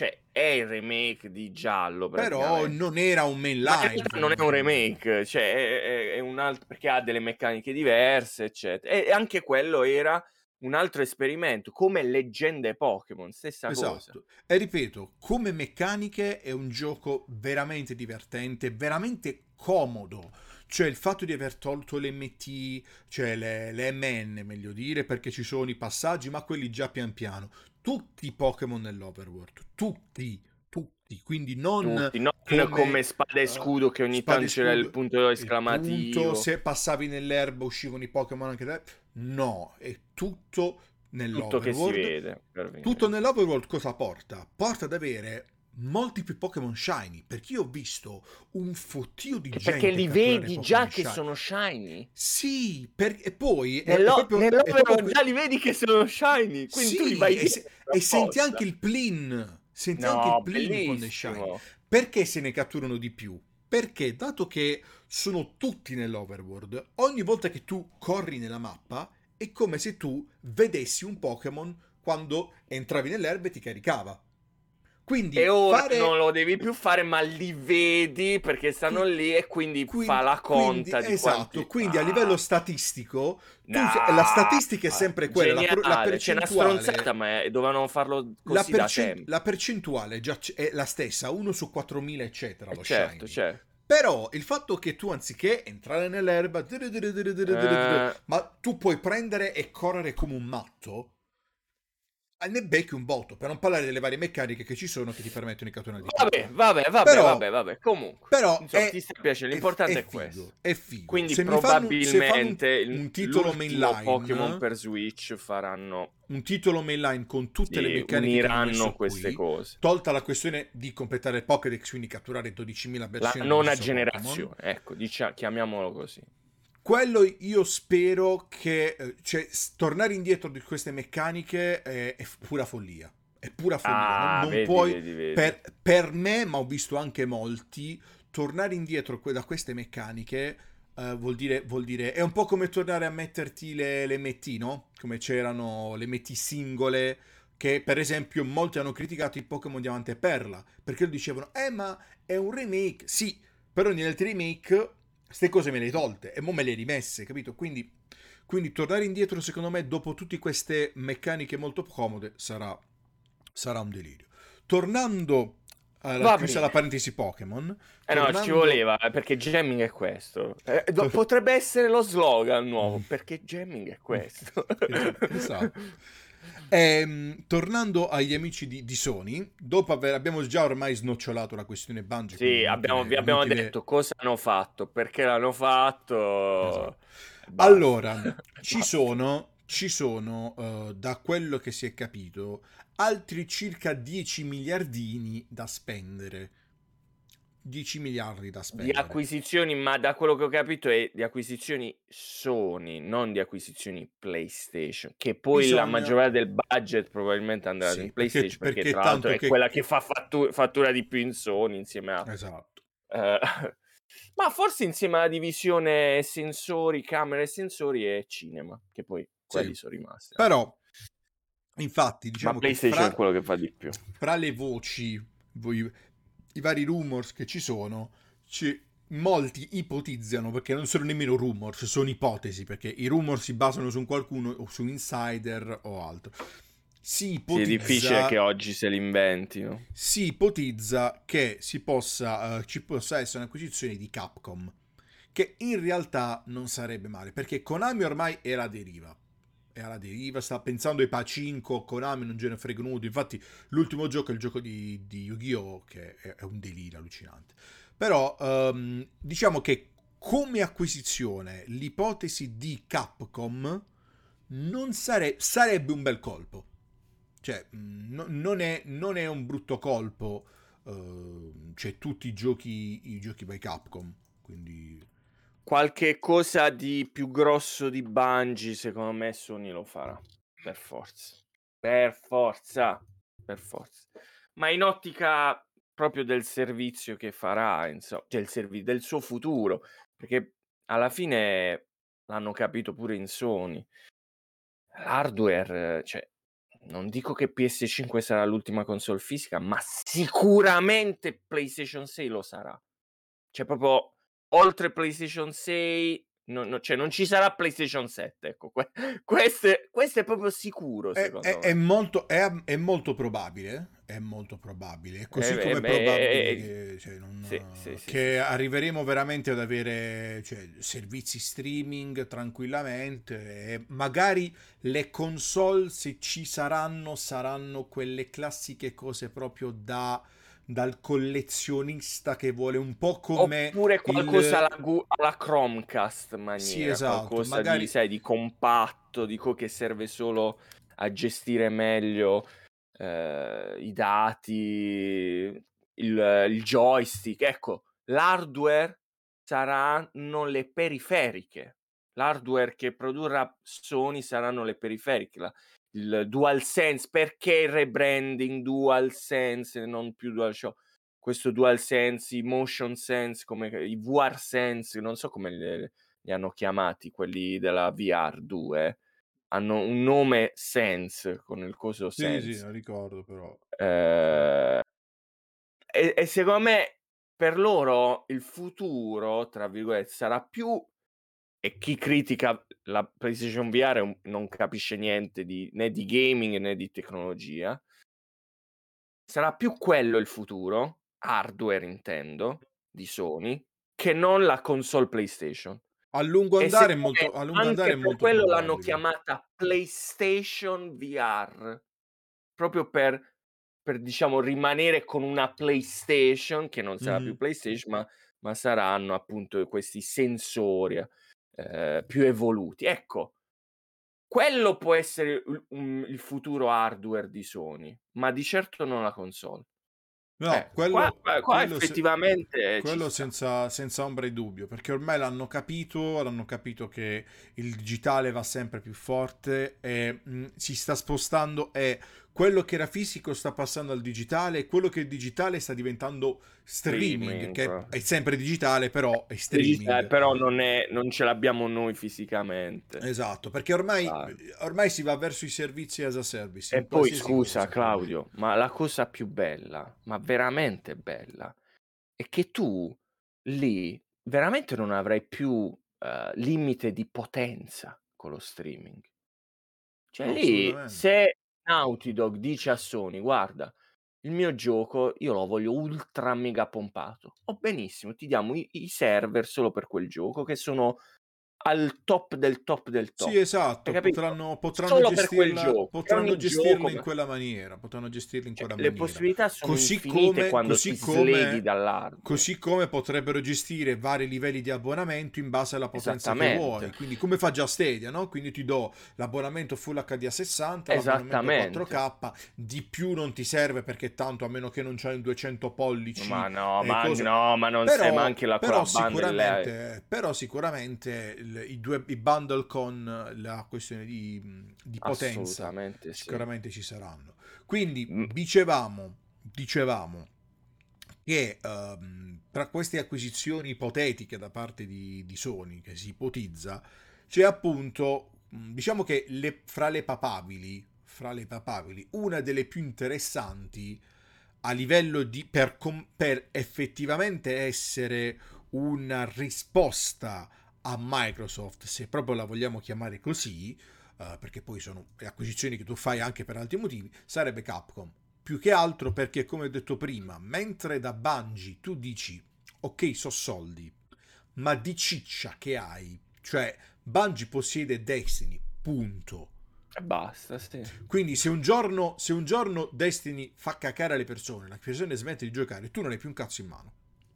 è il remake di Giallo, però non era un mainline, non è un remake, cioè è un altro, perché ha delle meccaniche diverse, eccetera, e anche quello era un altro esperimento, come Leggende Pokémon, stessa cosa. E ripeto, come meccaniche è un gioco veramente divertente, veramente comodo. Cioè il fatto di aver tolto l'MT, cioè le MN, meglio dire, perché ci sono i passaggi, ma quelli già pian piano. Tutti i Pokémon nell'Overworld, tutti, quindi non come Spada e Scudo, che ogni tanto c'era il punto esclamativo. Se passavi nell'erba uscivano i Pokémon anche da... No, è tutto nell'Overworld. Tutto che si vede. Tutto nell'Overworld cosa porta? Porta ad avere molti più Pokémon shiny, perché io ho visto un fottio di gente perché li vedi già che shiny. Sono shiny. Sì, e poi nell'Overworld già li vedi che sono shiny, quindi tu li vai e senti anche il plin. Senti anche il plin quando è shiny. Perché se ne catturano di più? Perché dato che sono tutti nell'Overworld, ogni volta che tu corri nella mappa è come se tu vedessi un Pokémon quando entravi nell'erba e ti caricava. Quindi e ora non lo devi più fare, ma li vedi perché stanno lì e quindi fa la conta di esatto, quanti... quindi a livello statistico, No, la statistica è sempre quella, la geniale, c'è una stronzata, percentuale... ma dovevano farlo così da tempo. La percentuale è la stessa, 1 su 4000, eccetera, lo Certo, shiny. certo. Però il fatto che tu, anziché entrare nell'erba, ma tu puoi prendere e correre come un matto, ne becchi un botto, per non parlare delle varie meccaniche che ci sono che ti permettono di catturare di Pokémon. Vabbè, comunque. Però Insomma, ti sta piacendo, l'importante è questo. figo, è figo. Quindi Se fanno probabilmente un titolo l'ultimo Pokémon mainline, per Switch faranno... un titolo mainline con tutte le Sì, meccaniche che hanno uniranno messo queste qui, cose. tolta la questione di completare il Pokédex, quindi catturare 12.000 La versioni dello nona stesso Pokémon. generazione, ecco, chiamiamolo così. Quello io spero che cioè, tornare indietro di queste meccaniche è pura follia. È pura follia. Ah, Non vedi, puoi, vedi. per me, ma ho visto anche molti, tornare indietro da queste meccaniche vuol dire. È un po' come tornare a metterti le MT, no? Come c'erano le MT singole. Che per esempio molti hanno criticato il Pokémon Diamante e Perla. Perché lo dicevano, ma è un remake. Sì, però negli altri remake queste cose me le hai tolte e mo me le hai rimesse, capito? Quindi tornare indietro, secondo me, dopo tutte queste meccaniche molto comode, sarà un delirio. Tornando chiusa la parentesi Pokémon, no, ci voleva, perché jamming è questo. Potrebbe essere lo slogan nuovo, perché jamming è questo. Esatto. Tornando agli amici di Sony, dopo abbiamo già ormai snocciolato la questione Bungie, Sì, vi abbiamo detto cosa hanno fatto, perché l'hanno fatto. Esatto. Allora, ci sono da quello che si è capito, altri circa 10 miliardini da spendere. 10 miliardi da Di spendere. acquisizioni, ma da quello che ho capito è di acquisizioni Sony, non di acquisizioni PlayStation, che poi la maggior parte del budget probabilmente andrà in PlayStation, perché tra l'altro è quella che fa fattura di più in Sony insieme a... Esatto. Ma forse insieme alla divisione sensori, camere e sensori e cinema, che poi quelli sono rimasti. Però, infatti, diciamo ma PlayStation che è quello che fa di più. Fra le voci, i vari rumors che ci sono, molti ipotizzano, perché non sono nemmeno rumors, sono ipotesi, perché i rumors si basano su qualcuno o su insider o altro. Si ipotizza, sì, è difficile che oggi se li inventino. Si ipotizza che ci possa essere un'acquisizione di Capcom, che in realtà non sarebbe male, perché Konami ormai è alla deriva. Sta pensando ai Pachinko, Konami non gliene frega nudo. Infatti l'ultimo gioco è il gioco di Yu-Gi-Oh! Che è un delirio allucinante. Però diciamo che come acquisizione l'ipotesi di Capcom sarebbe un bel colpo. Cioè, non è un brutto colpo. C'è tutti i giochi by Capcom. Quindi qualche cosa di più grosso di Bungie, secondo me Sony lo farà. Per forza. Per forza. Ma in ottica proprio del servizio che farà, insomma, cioè del suo futuro, perché alla fine l'hanno capito pure in Sony. L'hardware, cioè, non dico che PS5 sarà l'ultima console fisica, ma sicuramente PlayStation 6 lo sarà. Cioè, proprio oltre PlayStation 6, cioè, non ci sarà PlayStation 7. Ecco, questo è proprio sicuro, secondo me. È molto probabile. È molto probabile. Così come è probabile che arriveremo veramente ad avere servizi streaming tranquillamente. E magari le console, se ci saranno quelle classiche cose proprio dal collezionista che vuole un po' come oppure qualcosa alla Chromecast maniera, sì, esatto, qualcosa magari di compatto, che serve solo a gestire meglio i dati, il joystick. Ecco, l'hardware saranno le periferiche. L'hardware che produrrà Sony saranno le periferiche. Il DualSense, perché il rebranding DualSense e non più DualShock? Questo DualSense, i Motion Sense, come i VR Sense, non so come li hanno chiamati quelli della VR 2. Hanno un nome Sense con il coso Sense. Sì, non ricordo però. E secondo me per loro il futuro, tra virgolette, sarà più, e chi critica la PlayStation VR non capisce niente né di gaming né di tecnologia, sarà più quello il futuro, hardware intendo, di Sony, che non la console PlayStation. A lungo E andare secondo me è anche per molto quello l'hanno probabile. chiamata PlayStation VR, proprio per diciamo rimanere con una PlayStation che non sarà più PlayStation, ma saranno appunto questi sensori più evoluti. Ecco, quello può essere il futuro hardware di Sony, ma di certo non la console. No, Qua effettivamente ci quello sta. senza ombra di dubbio, perché ormai l'hanno capito che il digitale va sempre più forte e si sta spostando, e quello che era fisico sta passando al digitale, e quello che è digitale sta diventando streaming, che è sempre digitale, però è streaming. Però non ce l'abbiamo noi fisicamente. Esatto, perché ormai si va verso i servizi as a service, E in poi qualsiasi scusa cosa. Claudio, ma la cosa più bella, ma veramente bella, è che tu lì veramente non avrai più limite di potenza con lo streaming. Cioè No, lì assolutamente. se Naughty Dog dice a Sony: "Guarda, il mio gioco io lo voglio ultra mega pompato." "Oh benissimo, ti diamo i server solo per quel gioco che sono al top del top del Sì, top." Hai esatto, capito? potranno Solo per quel gestirla, gioco, che ogni gioco in quella maniera, potranno gestirla in cioè quella le maniera. possibilità sono Così infinite come, quando ti sleghi dall'hardware. così come potrebbero gestire vari livelli di abbonamento in base alla potenza che Esattamente, vuoi. Quindi come fa già Stadia, no? Quindi ti do l'abbonamento Full HD a 60, l'abbonamento esattamente. 4K, di più non ti serve perché tanto a meno che non c'hai un 200 pollici Ma no, e cosa. ma non sei, ma anche con la Però sicuramente i bundle con la questione di potenza assolutamente sì. sicuramente ci saranno. Quindi Mh. dicevamo che tra queste acquisizioni ipotetiche da parte di Sony, che si ipotizza, c'è appunto, diciamo che fra le papabili, una delle più interessanti a livello di per effettivamente essere una risposta a Microsoft, se proprio la vogliamo chiamare così, perché poi sono acquisizioni che tu fai anche per altri motivi, sarebbe Capcom. Più che altro perché, come ho detto prima, mentre da Bungie tu dici ok, so soldi, ma di ciccia che hai, cioè Bungie possiede Destiny, punto. E basta, sì. Quindi se un giorno Destiny fa cacare alle persone, la persona smette di giocare, tu non hai più un cazzo in mano.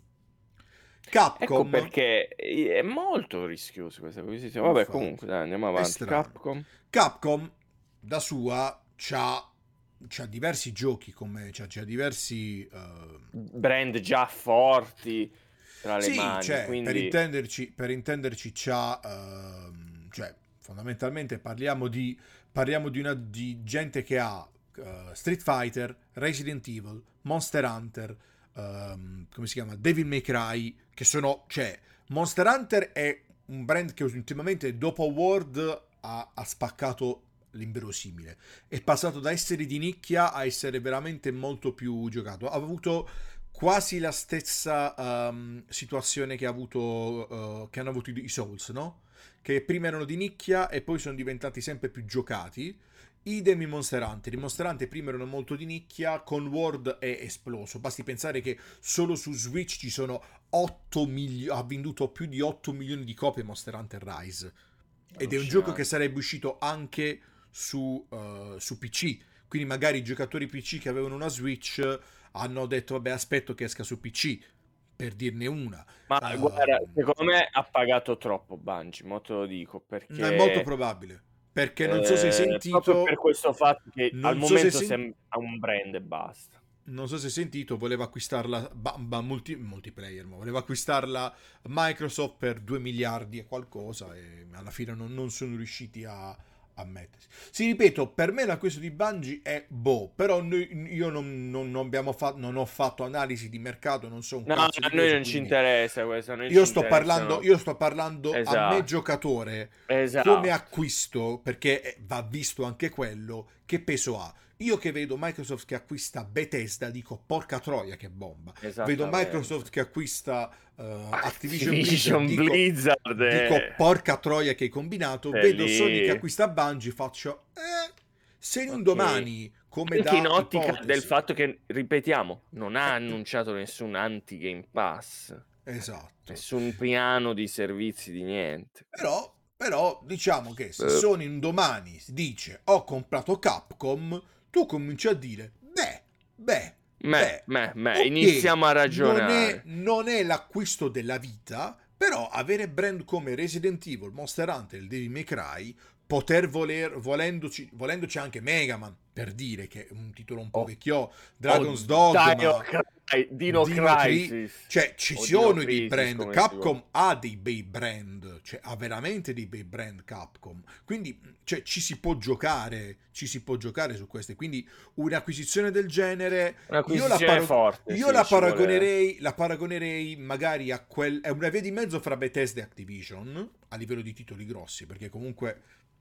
Ecco Capcom perché è molto rischioso questa acquisizione. Vabbè, infatti, comunque dai, andiamo è avanti. strano. Capcom da sua c'ha diversi giochi, come c'ha diversi Brand già forti tra le sì, mani, cioè, quindi per intenderci c'ha cioè, fondamentalmente parliamo di gente che ha Street Fighter, Resident Evil, Monster Hunter, come si chiama? Devil May Cry, che sono, cioè, Monster Hunter è un brand che ultimamente dopo World ha spaccato l'inverosimile. È passato da essere di nicchia a essere veramente molto più giocato. Ha avuto quasi la stessa situazione che che hanno avuto i Souls, no? Che prima erano di nicchia e poi sono diventati sempre più giocati. Idem i Monster Hunter. I Monster Hunter prima erano molto di nicchia, con World è esploso. Basti pensare che solo su Switch ci sono 8 milioni, ha venduto più di 8 milioni di copie Monster Hunter Rise. Ed è un gioco che sarebbe uscito anche su PC. Quindi magari i giocatori PC che avevano una Switch hanno detto vabbè, aspetto che esca su PC, per dirne una. ma guarda, secondo me ha pagato troppo Bungie, mo te lo dico, È molto perché probabile, perché non so se hai proprio per sentito, questo fatto che al non so se momento ha un brand e basta. non so se hai sentito, voleva acquistarla multiplayer, ma voleva acquistarla Microsoft per 2 miliardi e qualcosa, e alla fine non sono riusciti a mettersi. Sì, ripeto, per me l'acquisto di Bungie è però io non ho fatto analisi di mercato, non so un No, cazzo a di noi cose, non ci quindi interessa questo, a noi ci interessano. io sto parlando a me Esatto, giocatore come esatto. acquisto, perché va visto anche quello, che peso ha. Io che vedo Microsoft che acquista Bethesda, dico porca troia che bomba. Vedo Microsoft che acquista Activision Blizzard, dico porca troia che hai combinato. Vedo lì. Sony che acquista Bungie, faccio se un domani, come anche in ottica ipotesi, del fatto che, ripetiamo, non ha annunciato nessun anti-Game Pass. Esatto. Nessun piano di servizi di niente. Però diciamo che se Sony un domani dice ho comprato Capcom, tu cominci a dire okay, iniziamo a ragionare. Non è l'acquisto della vita, però avere brand come Resident Evil, Monster Hunter, il Devil May Cry, poter volendoci anche Mega Man, per dire che è un titolo un po' vecchio, Dragon's Dogma, Dino Crisis, cioè ci sono dei brand. Capcom ha dei bei brand, cioè ha veramente dei bei brand Capcom, quindi cioè, ci si può giocare su queste, quindi un'acquisizione del genere io la paragonerei magari a è una via di mezzo fra Bethesda e Activision a livello di titoli grossi, perché comunque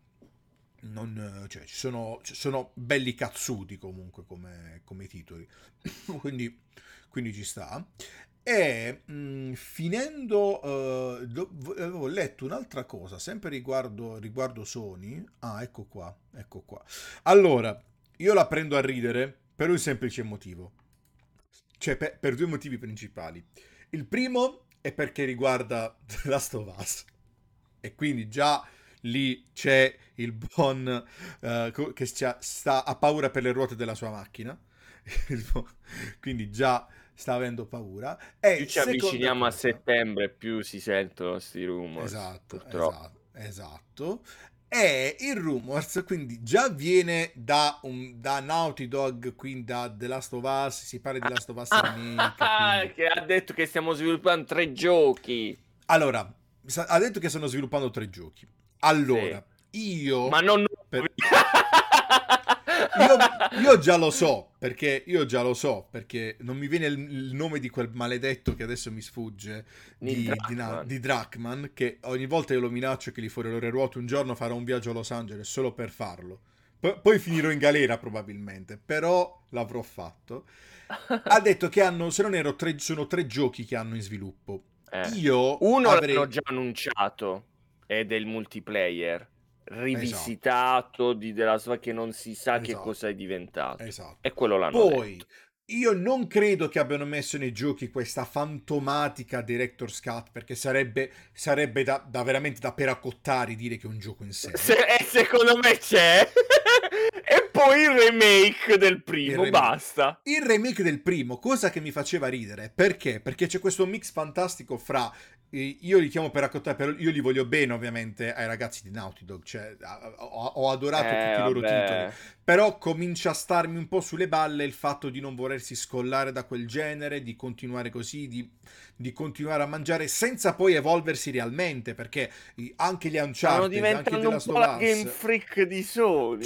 ci sono belli cazzuti comunque come titoli. quindi ci sta. E finendo ho letto un'altra cosa sempre riguardo Sony. Ecco qua. Allora, io la prendo a ridere per un semplice motivo, cioè per due motivi principali. Il primo è perché riguarda The Last of Us, e quindi già lì c'è il buon che ha paura per le ruote della sua macchina, quindi già sta avendo paura. E più ci avviciniamo a settembre, più si sentono questi rumors. Esatto. E il rumors quindi già viene da Naughty Dog, quindi da The Last of Us, si parla di The Last of Us Remake, che ha detto che stiamo sviluppando 3 giochi. Allora, ha detto che stanno sviluppando 3 giochi. Allora, sì. Ma non io già lo so, perché non mi viene il nome di quel maledetto che adesso mi sfugge, di Druckmann, che ogni volta io lo minaccio che gli fuori le ruote, un giorno farò un viaggio a Los Angeles solo per farlo. Poi finirò in galera probabilmente, però l'avrò fatto. Ha detto che sono 3 giochi che hanno in sviluppo. Uno l'hanno già annunciato, è del multiplayer rivisitato, di The Last of Us, che non si sa che cosa è diventato. E quello l'hanno detto. Io non credo che abbiano messo nei giochi questa fantomatica Director's Cut, perché sarebbe da veramente da peracottari dire che è un gioco in sé. Secondo me c'è. E poi il remake del primo, basta. Il remake del primo, cosa che mi faceva ridere. Perché? Perché c'è questo mix fantastico fra... Io li chiamo peracottari, però io li voglio bene ovviamente ai ragazzi di Naughty Dog, cioè ho adorato tutti i loro titoli, però comincia a starmi un po' sulle balle il fatto di non volersi scollare da quel genere, di continuare così, di continuare a mangiare senza poi evolversi realmente, perché anche gli Uncharted, anche della Last of Us, la Game Freak di Sony,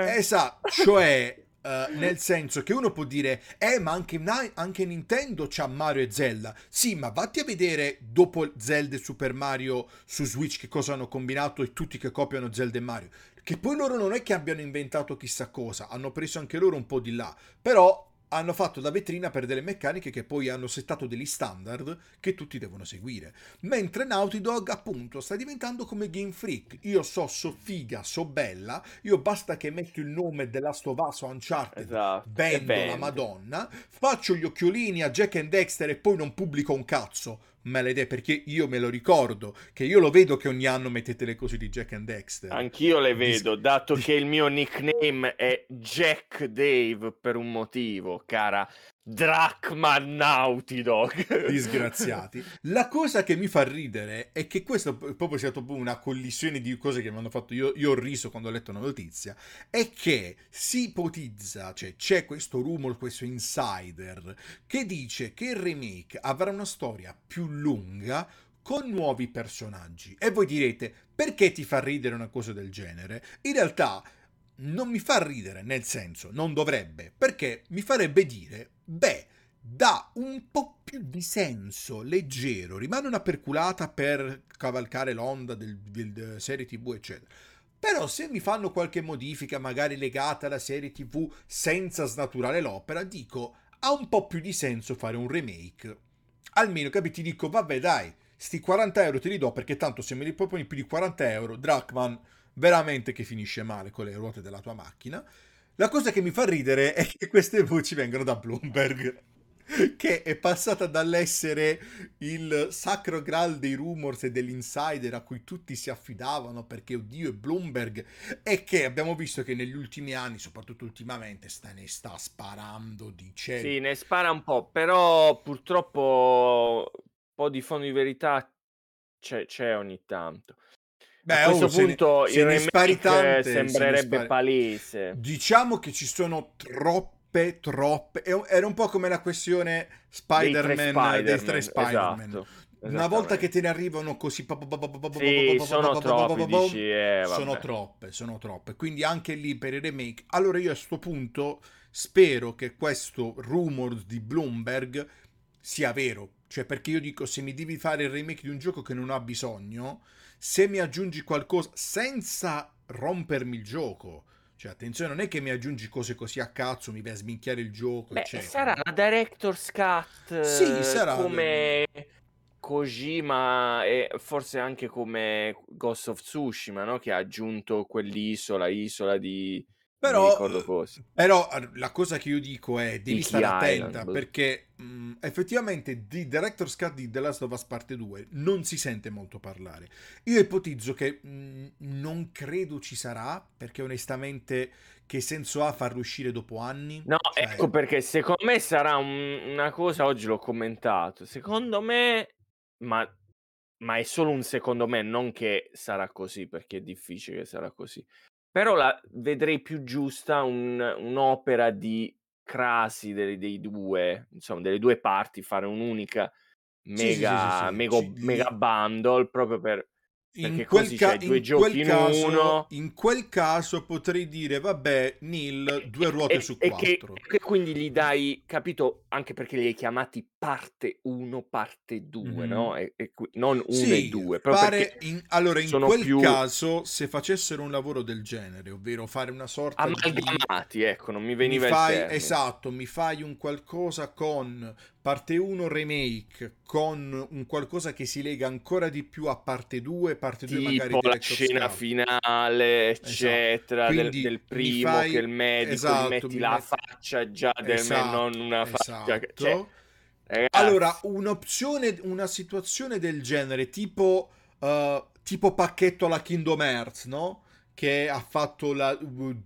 cioè nel senso che uno può dire ma anche Nintendo c'ha Mario e Zelda. Sì, ma vatti a vedere dopo Zelda e Super Mario su Switch che cosa hanno combinato, e tutti che copiano Zelda e Mario, che poi loro non è che abbiano inventato chissà cosa, hanno preso anche loro un po' di là, però hanno fatto da vetrina per delle meccaniche che poi hanno settato degli standard che tutti devono seguire. Mentre Naughty Dog, appunto, sta diventando come Game Freak. Io so figa, so bella, io basta che metto il nome The Last of Us o Uncharted, vendo la Madonna, faccio gli occhiolini a Jack and Dexter e poi non pubblico un cazzo. Perché io me lo ricordo, che io lo vedo che ogni anno mettete le cose di Jack and Dexter. Anch'io le vedo, dato che il mio nickname è Jack Dave per un motivo, cara Druckmann Naughty Dog. Disgraziati. La cosa che mi fa ridere è che questo proprio sia proprio una collisione di cose che mi hanno fatto, io ho riso quando ho letto una notizia, è che si ipotizza, cioè c'è questo rumor, questo insider che dice che il remake avrà una storia più lunga con nuovi personaggi. E voi direte, perché ti fa ridere una cosa del genere? In realtà non mi fa ridere, nel senso, non dovrebbe, perché mi farebbe dire, dà un po' più di senso leggero, rimane una perculata per cavalcare l'onda del serie TV, eccetera. Però se mi fanno qualche modifica, magari legata alla serie TV, senza snaturare l'opera, dico, ha un po' più di senso fare un remake. Almeno, capito? Ti dico, vabbè dai, sti 40 euro te li do, perché tanto se me li proponi più di 40 euro, Drachman veramente che finisce male con le ruote della tua macchina. La cosa che mi fa ridere è che queste voci vengono da Bloomberg, che è passata dall'essere il sacro graal dei rumors e dell'insider a cui tutti si affidavano perché oddio è Bloomberg, e che abbiamo visto che negli ultimi anni, soprattutto ultimamente, ne sta sparando di cielo. Sì, ne spara un po', però purtroppo un po' di fondo di verità c'è ogni tanto. A Beh, questo punto se il ne spari remake tante, sembrerebbe palese. Diciamo che ci sono troppe. Era un po' come la questione Spider-Man, dei tre Spider-Man. Esatto, Una volta che esattamente. te ne arrivano così, Sì, sono troppi, dici, sono vabbè. troppe. Quindi anche lì per il remake. Allora io a sto punto spero che questo rumor di Bloomberg sia vero. Cioè, perché io dico, se mi devi fare il remake di un gioco che non ha bisogno, se mi aggiungi qualcosa senza rompermi il gioco, cioè attenzione, non è che mi aggiungi cose così a cazzo, mi vai a sminchiare il gioco, Beh, eccetera, sarà no? la Director's Sì, Cut sarà. come Kojima e forse anche come Ghost of Tsushima, no? Che ha aggiunto isola di... non mi Però, ricordo cosa. però la cosa che io dico è devi Iki stare Island. attenta perché effettivamente di Director's Cut di The Last of Us Parte 2 non si sente molto parlare. Io ipotizzo che non credo ci sarà perché onestamente che senso ha farlo uscire dopo anni? No, Cioè, ecco perché secondo me sarà una cosa, oggi l'ho commentato, secondo me, ma è solo un secondo me, non che sarà così, perché è difficile che sarà così. Però la vedrei più giusta un'opera di crasi dei due, insomma, delle due parti, fare un'unica mega bundle proprio perché così c'hai due giochi in uno. in quel caso potrei dire, vabbè, Neil, 2 ruote su E 4. che quindi gli dai, capito? Anche perché li hai chiamati parte 1, parte 2, no? Non 1 e Sì, 2, proprio perché allora in sono quel più caso, se facessero un lavoro del genere, ovvero fare una sorta di amalgamati, ecco, non mi veniva il termine. esatto, mi fai un qualcosa con parte 1 remake, con un qualcosa che si lega ancora di più a parte 2 magari Tipo la Director's scena Cut. finale, Esatto. eccetera, Quindi del mi primo che fai il medico gli esatto, metti mi la metti faccia già del me, non esatto, una faccia che... Cioè, esatto. Allora, ragazzi, un'opzione, una situazione del genere, tipo pacchetto alla Kingdom Hearts, no? Che ha fatto la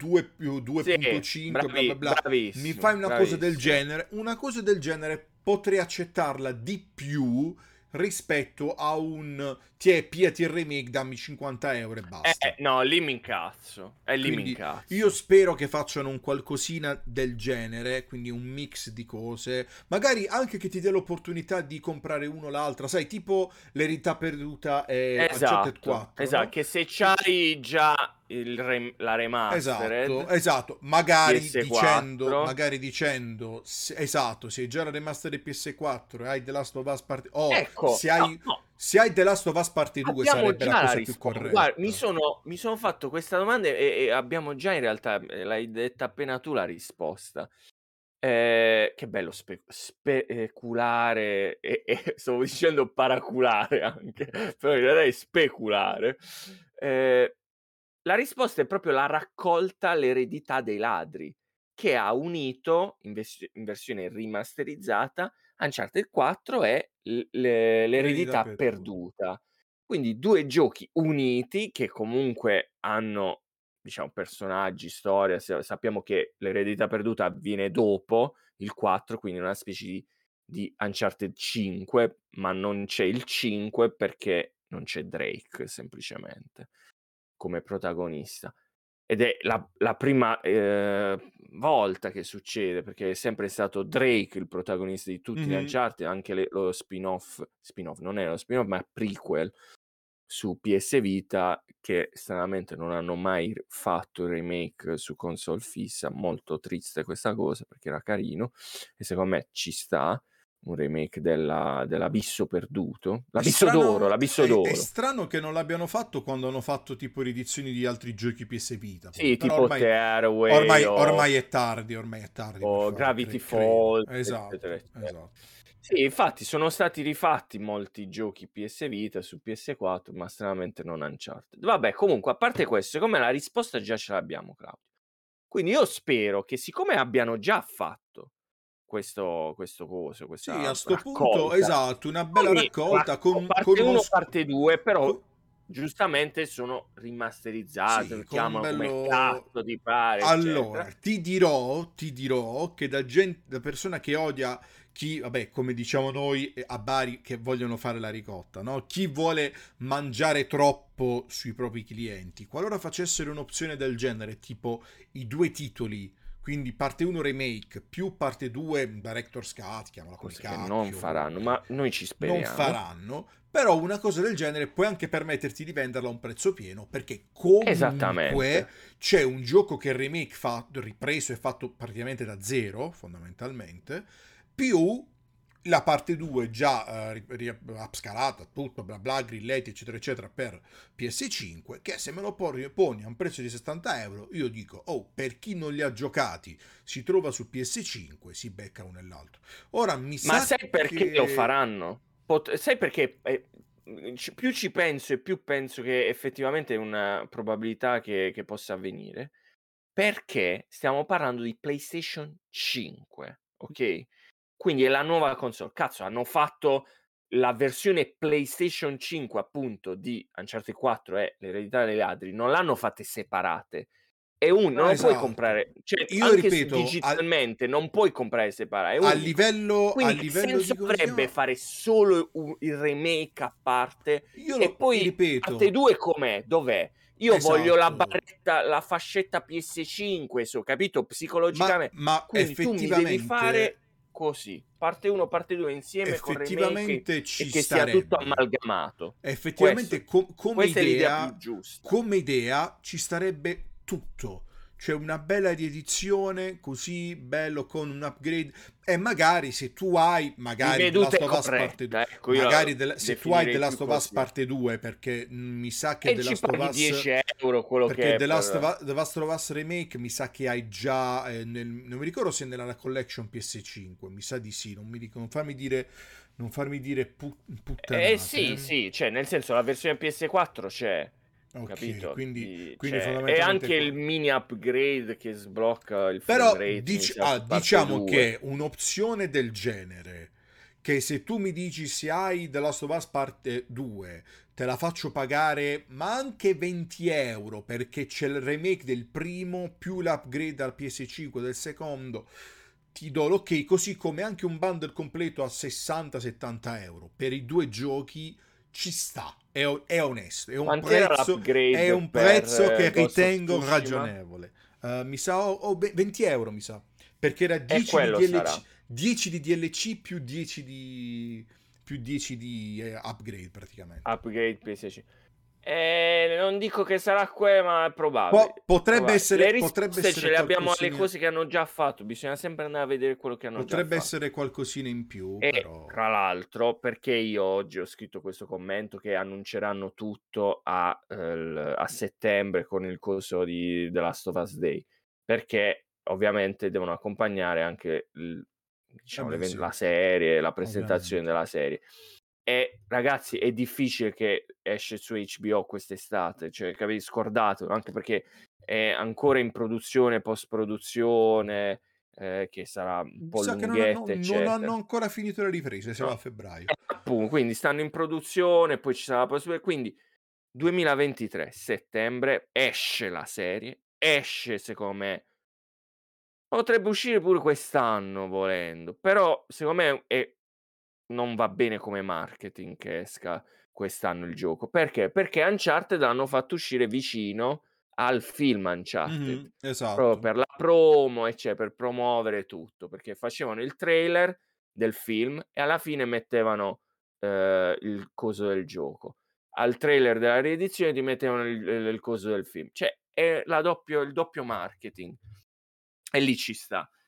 2.5, bla bla bla. Mi bravissimo, fai bravissimo. una cosa del genere potrei accettarla di più rispetto a un piati il remake, dammi 50 euro e basta. No, lì mi incazzo, lì mi Quindi io incazzo. spero che facciano un qualcosina del genere, quindi un mix di cose, magari anche che ti dia l'opportunità di comprare uno o l'altra, sai, tipo l'eredità perduta e Uncharted Esatto, 4, esatto, no? che se c'hai già la Esatto, remastered esatto, PS4, esatto, se hai già la remastered PS4 e hai The Last of Us Part... Oh, ecco, no, no, se hai The Last of Us Parte 2 abbiamo sarebbe la già la cosa più risposta. Guarda, corretta. mi sono fatto questa domanda e abbiamo già in realtà, l'hai detta appena tu la risposta. Che bello speculare e stavo dicendo paraculare anche, però in realtà è speculare. Ehm, la risposta è proprio la raccolta L'eredità dei ladri, che ha unito in versione rimasterizzata Uncharted 4 e L'eredità l'eredità perduta. perduta. Quindi 2 giochi uniti che comunque hanno, diciamo, personaggi, storia. Sappiamo che l'eredità perduta avviene dopo il 4, quindi una specie di Uncharted 5, ma non c'è il 5 perché non c'è Drake semplicemente come protagonista. Ed è la prima volta che succede, perché è sempre stato Drake il protagonista di tutti gli Mhm. Uncharted, anche lo spin-off, non è lo spin-off, ma prequel su PS Vita, che stranamente non hanno mai fatto il remake su console fissa. Molto triste questa cosa, perché era carino e secondo me ci sta un remake dell'Abisso Perduto. L'Abisso d'Oro. È strano che non l'abbiano fatto quando hanno fatto tipo riedizioni di altri giochi PS Vita. Sì, però tipo Tearaway ormai è tardi. O Gravity Falls, esatto, eccetera, eccetera. Esatto. Sì, infatti sono stati rifatti molti giochi PS Vita su PS4, ma stranamente non Uncharted. Vabbè, comunque, a parte questo, secondo me la risposta già ce l'abbiamo, Claudio. Quindi io spero che, siccome abbiano già fatto questo coso, questa sì, a sto raccolta, punto, esatto, una bella raccolta con parte 1, parte 2, però con, giustiamente sono rimasterizzate, sì, chiamano come bello... cazzo ti pare, allora, eccetera. ti dirò che da persona che odia chi, vabbè, come diciamo noi a Bari, che vogliono fare la ricotta, no? Chi vuole mangiare troppo sui propri clienti, qualora facessero un'opzione del genere, tipo i 2 titoli, quindi parte 1 remake più parte 2 director's cut, chiamala come Cosa che cacchio, non faranno, ma noi ci speriamo. non faranno, però una cosa del genere puoi anche permetterti di venderla a un prezzo pieno, perché comunque c'è un gioco che il remake ripreso e fatto praticamente da zero, fondamentalmente, più la parte 2 già upscalata, tutto, bla bla, grilletti, eccetera, eccetera, per PS5, che se me lo poni a un prezzo di 60 euro, io dico, oh, per chi non li ha giocati, si trova su PS5, si becca uno e l'altro. Ora, ma sai perché lo faranno? Sai perché più ci penso e più penso che effettivamente è una probabilità che possa avvenire, perché stiamo parlando di PlayStation 5, ok? Quindi è la nuova console. Cazzo, hanno fatto la versione PlayStation 5 appunto di Uncharted 4 e l'eredità dei ladri, non l'hanno fatte separate. È non lo puoi esatto. comprare, cioè Io anche ripeto, digitalmente non puoi comprare separate, è a unico. livello Quindi che senso di come si avrebbe chiama? fare solo il remake a parte Io e lo poi parte ripeto, 2 com'è? Dov'è? Io voglio la esatto. barretta, la fascetta PS5, capito? Psicologicamente. Ma Quindi tu mi devi fare così, parte 1, parte 2 insieme con remake effettivamente e ci che sia tutto starebbe. amalgamato. Effettivamente Questa è l'idea più giusta. come idea ci starebbe tutto. C'è una bella riedizione così bello con un upgrade e magari se tu hai Il magari The veduta Last è of Us parte 2, corretta, ecco, io la magari se tu hai The definirei più Last of Us così. parte 2 perché mi sa che E The ci Last of paghi Us 10 € quello perché che è The per... Last of Us Remake mi sa che hai già non mi ricordo se è nella collection PS5, mi sa di sì, non farmi dire puttanate. sì, cioè nel senso la versione PS4 c'è, Ok, capito? quindi E fondamentalmente anche il mini upgrade che sblocca il frame però rate, mi sa, su parte diciamo 2. che un'opzione del genere, che se tu mi dici se hai The Last of Us parte 2, te la faccio pagare ma anche 20 euro perché c'è il remake del primo più l'upgrade al PS5 del secondo, ti do l'ok, così come anche un bundle completo a 60-70 euro per i 2 giochi ci sta, è onesto, Quant'era è l'upgrade un per prezzo che Ghost of ritengo Tsushima? ragionevole. Mi sa 20 euro, mi sa, perché era E 10 di quello DLC, sarà. 10 di DLC più 10 di upgrade praticamente. Upgrade PS5. Non dico che sarà ma è probabile. Potrebbe Le essere risposte ce le abbiamo alle qualcosina, cose che hanno già fatto. Bisogna sempre andare a vedere quello che hanno già potrebbe fatto. essere qualcosina in più, E però tra l'altro, perché io oggi ho scritto questo commento che annunceranno tutto a settembre con il coso di The Last of Us Day? Perché ovviamente devono accompagnare anche diciamo, vabbè sì, la serie, la presentazione ovviamente. della serie. E ragazzi, è difficile che esce su HBO quest'estate, cioè che avevi scordato, anche perché è ancora in produzione, post-produzione, che sarà un Mi po' sa che lunghetta, non hanno eccetera. ancora finito le riprese, siamo No. a febbraio. Appunto, quindi stanno in produzione, poi ci sarà la possibilità, quindi 2023 settembre esce la serie, esce secondo me, potrebbe uscire pure quest'anno volendo, però secondo me non va bene come marketing che esca quest'anno il gioco. Perché? Perché Uncharted l'hanno fatto uscire vicino al film Uncharted, proprio Esatto. per la promo, per promuovere tutto, perché facevano il trailer del film e alla fine mettevano il coso del gioco. Al trailer della riedizione ti mettevano il coso del film. Cioè è il doppio marketing. E lì ci sta.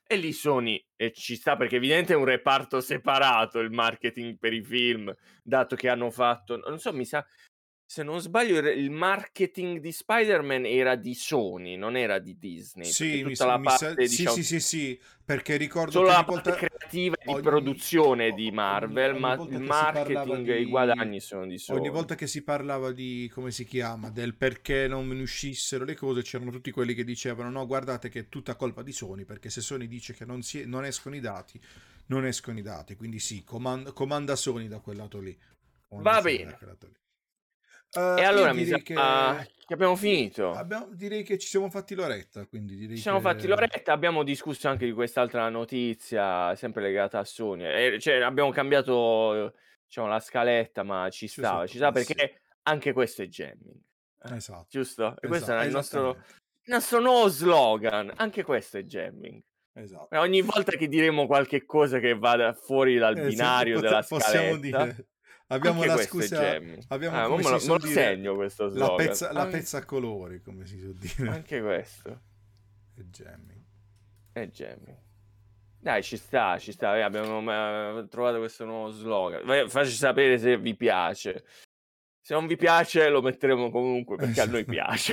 E lì Sony, e ci sta perché evidente è un reparto separato il marketing per i film, dato che hanno fatto, non so, mi sa, se non sbaglio il marketing di Spider-Man era di Sony, non era di Disney, perché Sì, tutta la parte, sì, diciamo, sì, sì, sì, perché ricordo solo che la ogni parte volta, creativa e di produzione di Marvel, ogni ma il volta che si parlava marketing e i di, guadagni sono di ogni Sony. volta che si parlava di, come si chiama, del perché non ne uscissero le cose, c'erano tutti quelli che dicevano, no, guardate che è tutta colpa di Sony, perché se Sony dice che non escono i dati, non escono i dati, quindi sì, comanda Sony da quel lato lì. Comanda Va Sony da bene. quel lato lì. E Io allora mi sa direi che che abbiamo finito. direi che ci siamo fatti l'oretta, quindi Ci direi siamo fatti che l'oretta, abbiamo discusso anche di quest'altra notizia, sempre legata a Sony. Cioè abbiamo cambiato, diciamo, la scaletta, ma ci stava, esatto, ma sì, perché anche questo è jamming. esatto, Giusto? E questo era esattamente, il nostro nuovo slogan. Anche questo è jamming. E esatto. ogni volta che diremo qualche cosa che vada fuori dal binario della Possiamo scaletta, dire, abbiamo anche la questo è scusa, jamming. abbiamo Mo come me si lo suol dire, segno questo slogan. la pezza a colori, come si suol dire, Anche questo è jamming. è jamming. Dai, ci sta, abbiamo trovato questo nuovo slogan. Facci sapere se vi piace. Se non vi piace lo metteremo comunque perché a noi piace.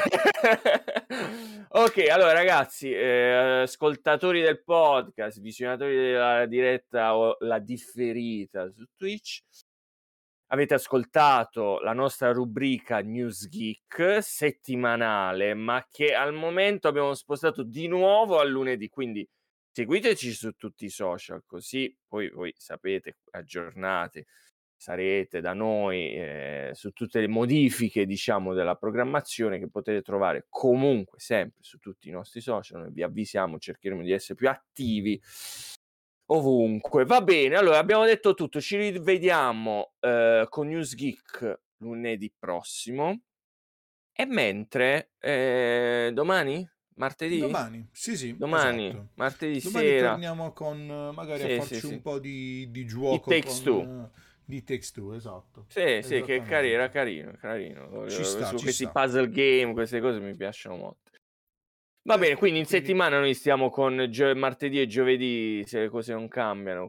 Ok, allora ragazzi, ascoltatori del podcast, visionatori della diretta o la differita su Twitch, avete ascoltato la nostra rubrica News Geek settimanale, ma che al momento abbiamo spostato di nuovo al lunedì, quindi seguiteci su tutti i social, così poi voi sapete, aggiornati sarete da noi su tutte le modifiche, diciamo, della programmazione che potete trovare comunque sempre su tutti i nostri social. Noi vi avvisiamo, cercheremo di essere più attivi ovunque. Va bene, allora abbiamo detto tutto, ci rivediamo con News Geek lunedì prossimo, e mentre domani? Martedì? Domani, sì, sì, Domani, esatto. martedì Domani sera. torniamo con magari a Sì, sì, farci un sì. po' di It gioco Takes Two. con di Takes Two, esatto. Sì, sì, che era Esattamente. carino. Ci sta, Su ci questi sta. puzzle game, queste cose mi piacciono molto. Va bene, quindi Perfetto, in quindi settimana noi stiamo con martedì e giovedì, se le cose non cambiano,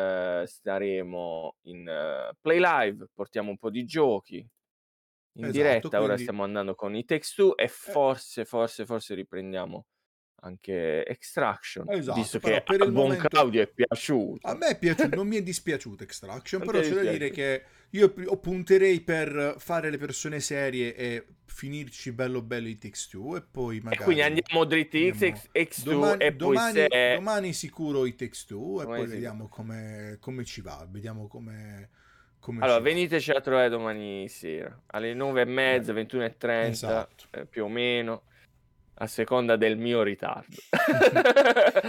staremo in Play Live, portiamo un po' di giochi in esatto, diretta. Ora quindi stiamo andando con i Takes Two e eh, forse riprendiamo anche Extraction, visto esatto, che però per a il buon momento Claudio è a piaciuto. me è piaciuto, non mi è dispiaciuto Extraction, Non ti però è c'è da dire dispiaciuto? che io punterei per fare le persone serie e finirci bello bello i Takes Two e poi E quindi magari andiamo dritti vediamo X2 e poi se... domani sicuro i Takes Two e Domani poi sicuro. vediamo come ci va, vediamo come Allora, ci va. veniteci a trovare domani sera alle 9:30, 21:30, Esatto. più o meno, a seconda del mio ritardo.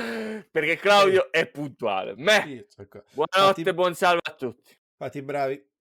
Perché Eh, Claudio è puntuale. io, ecco. Buonanotte, buon salve a tutti. Fatti bravi.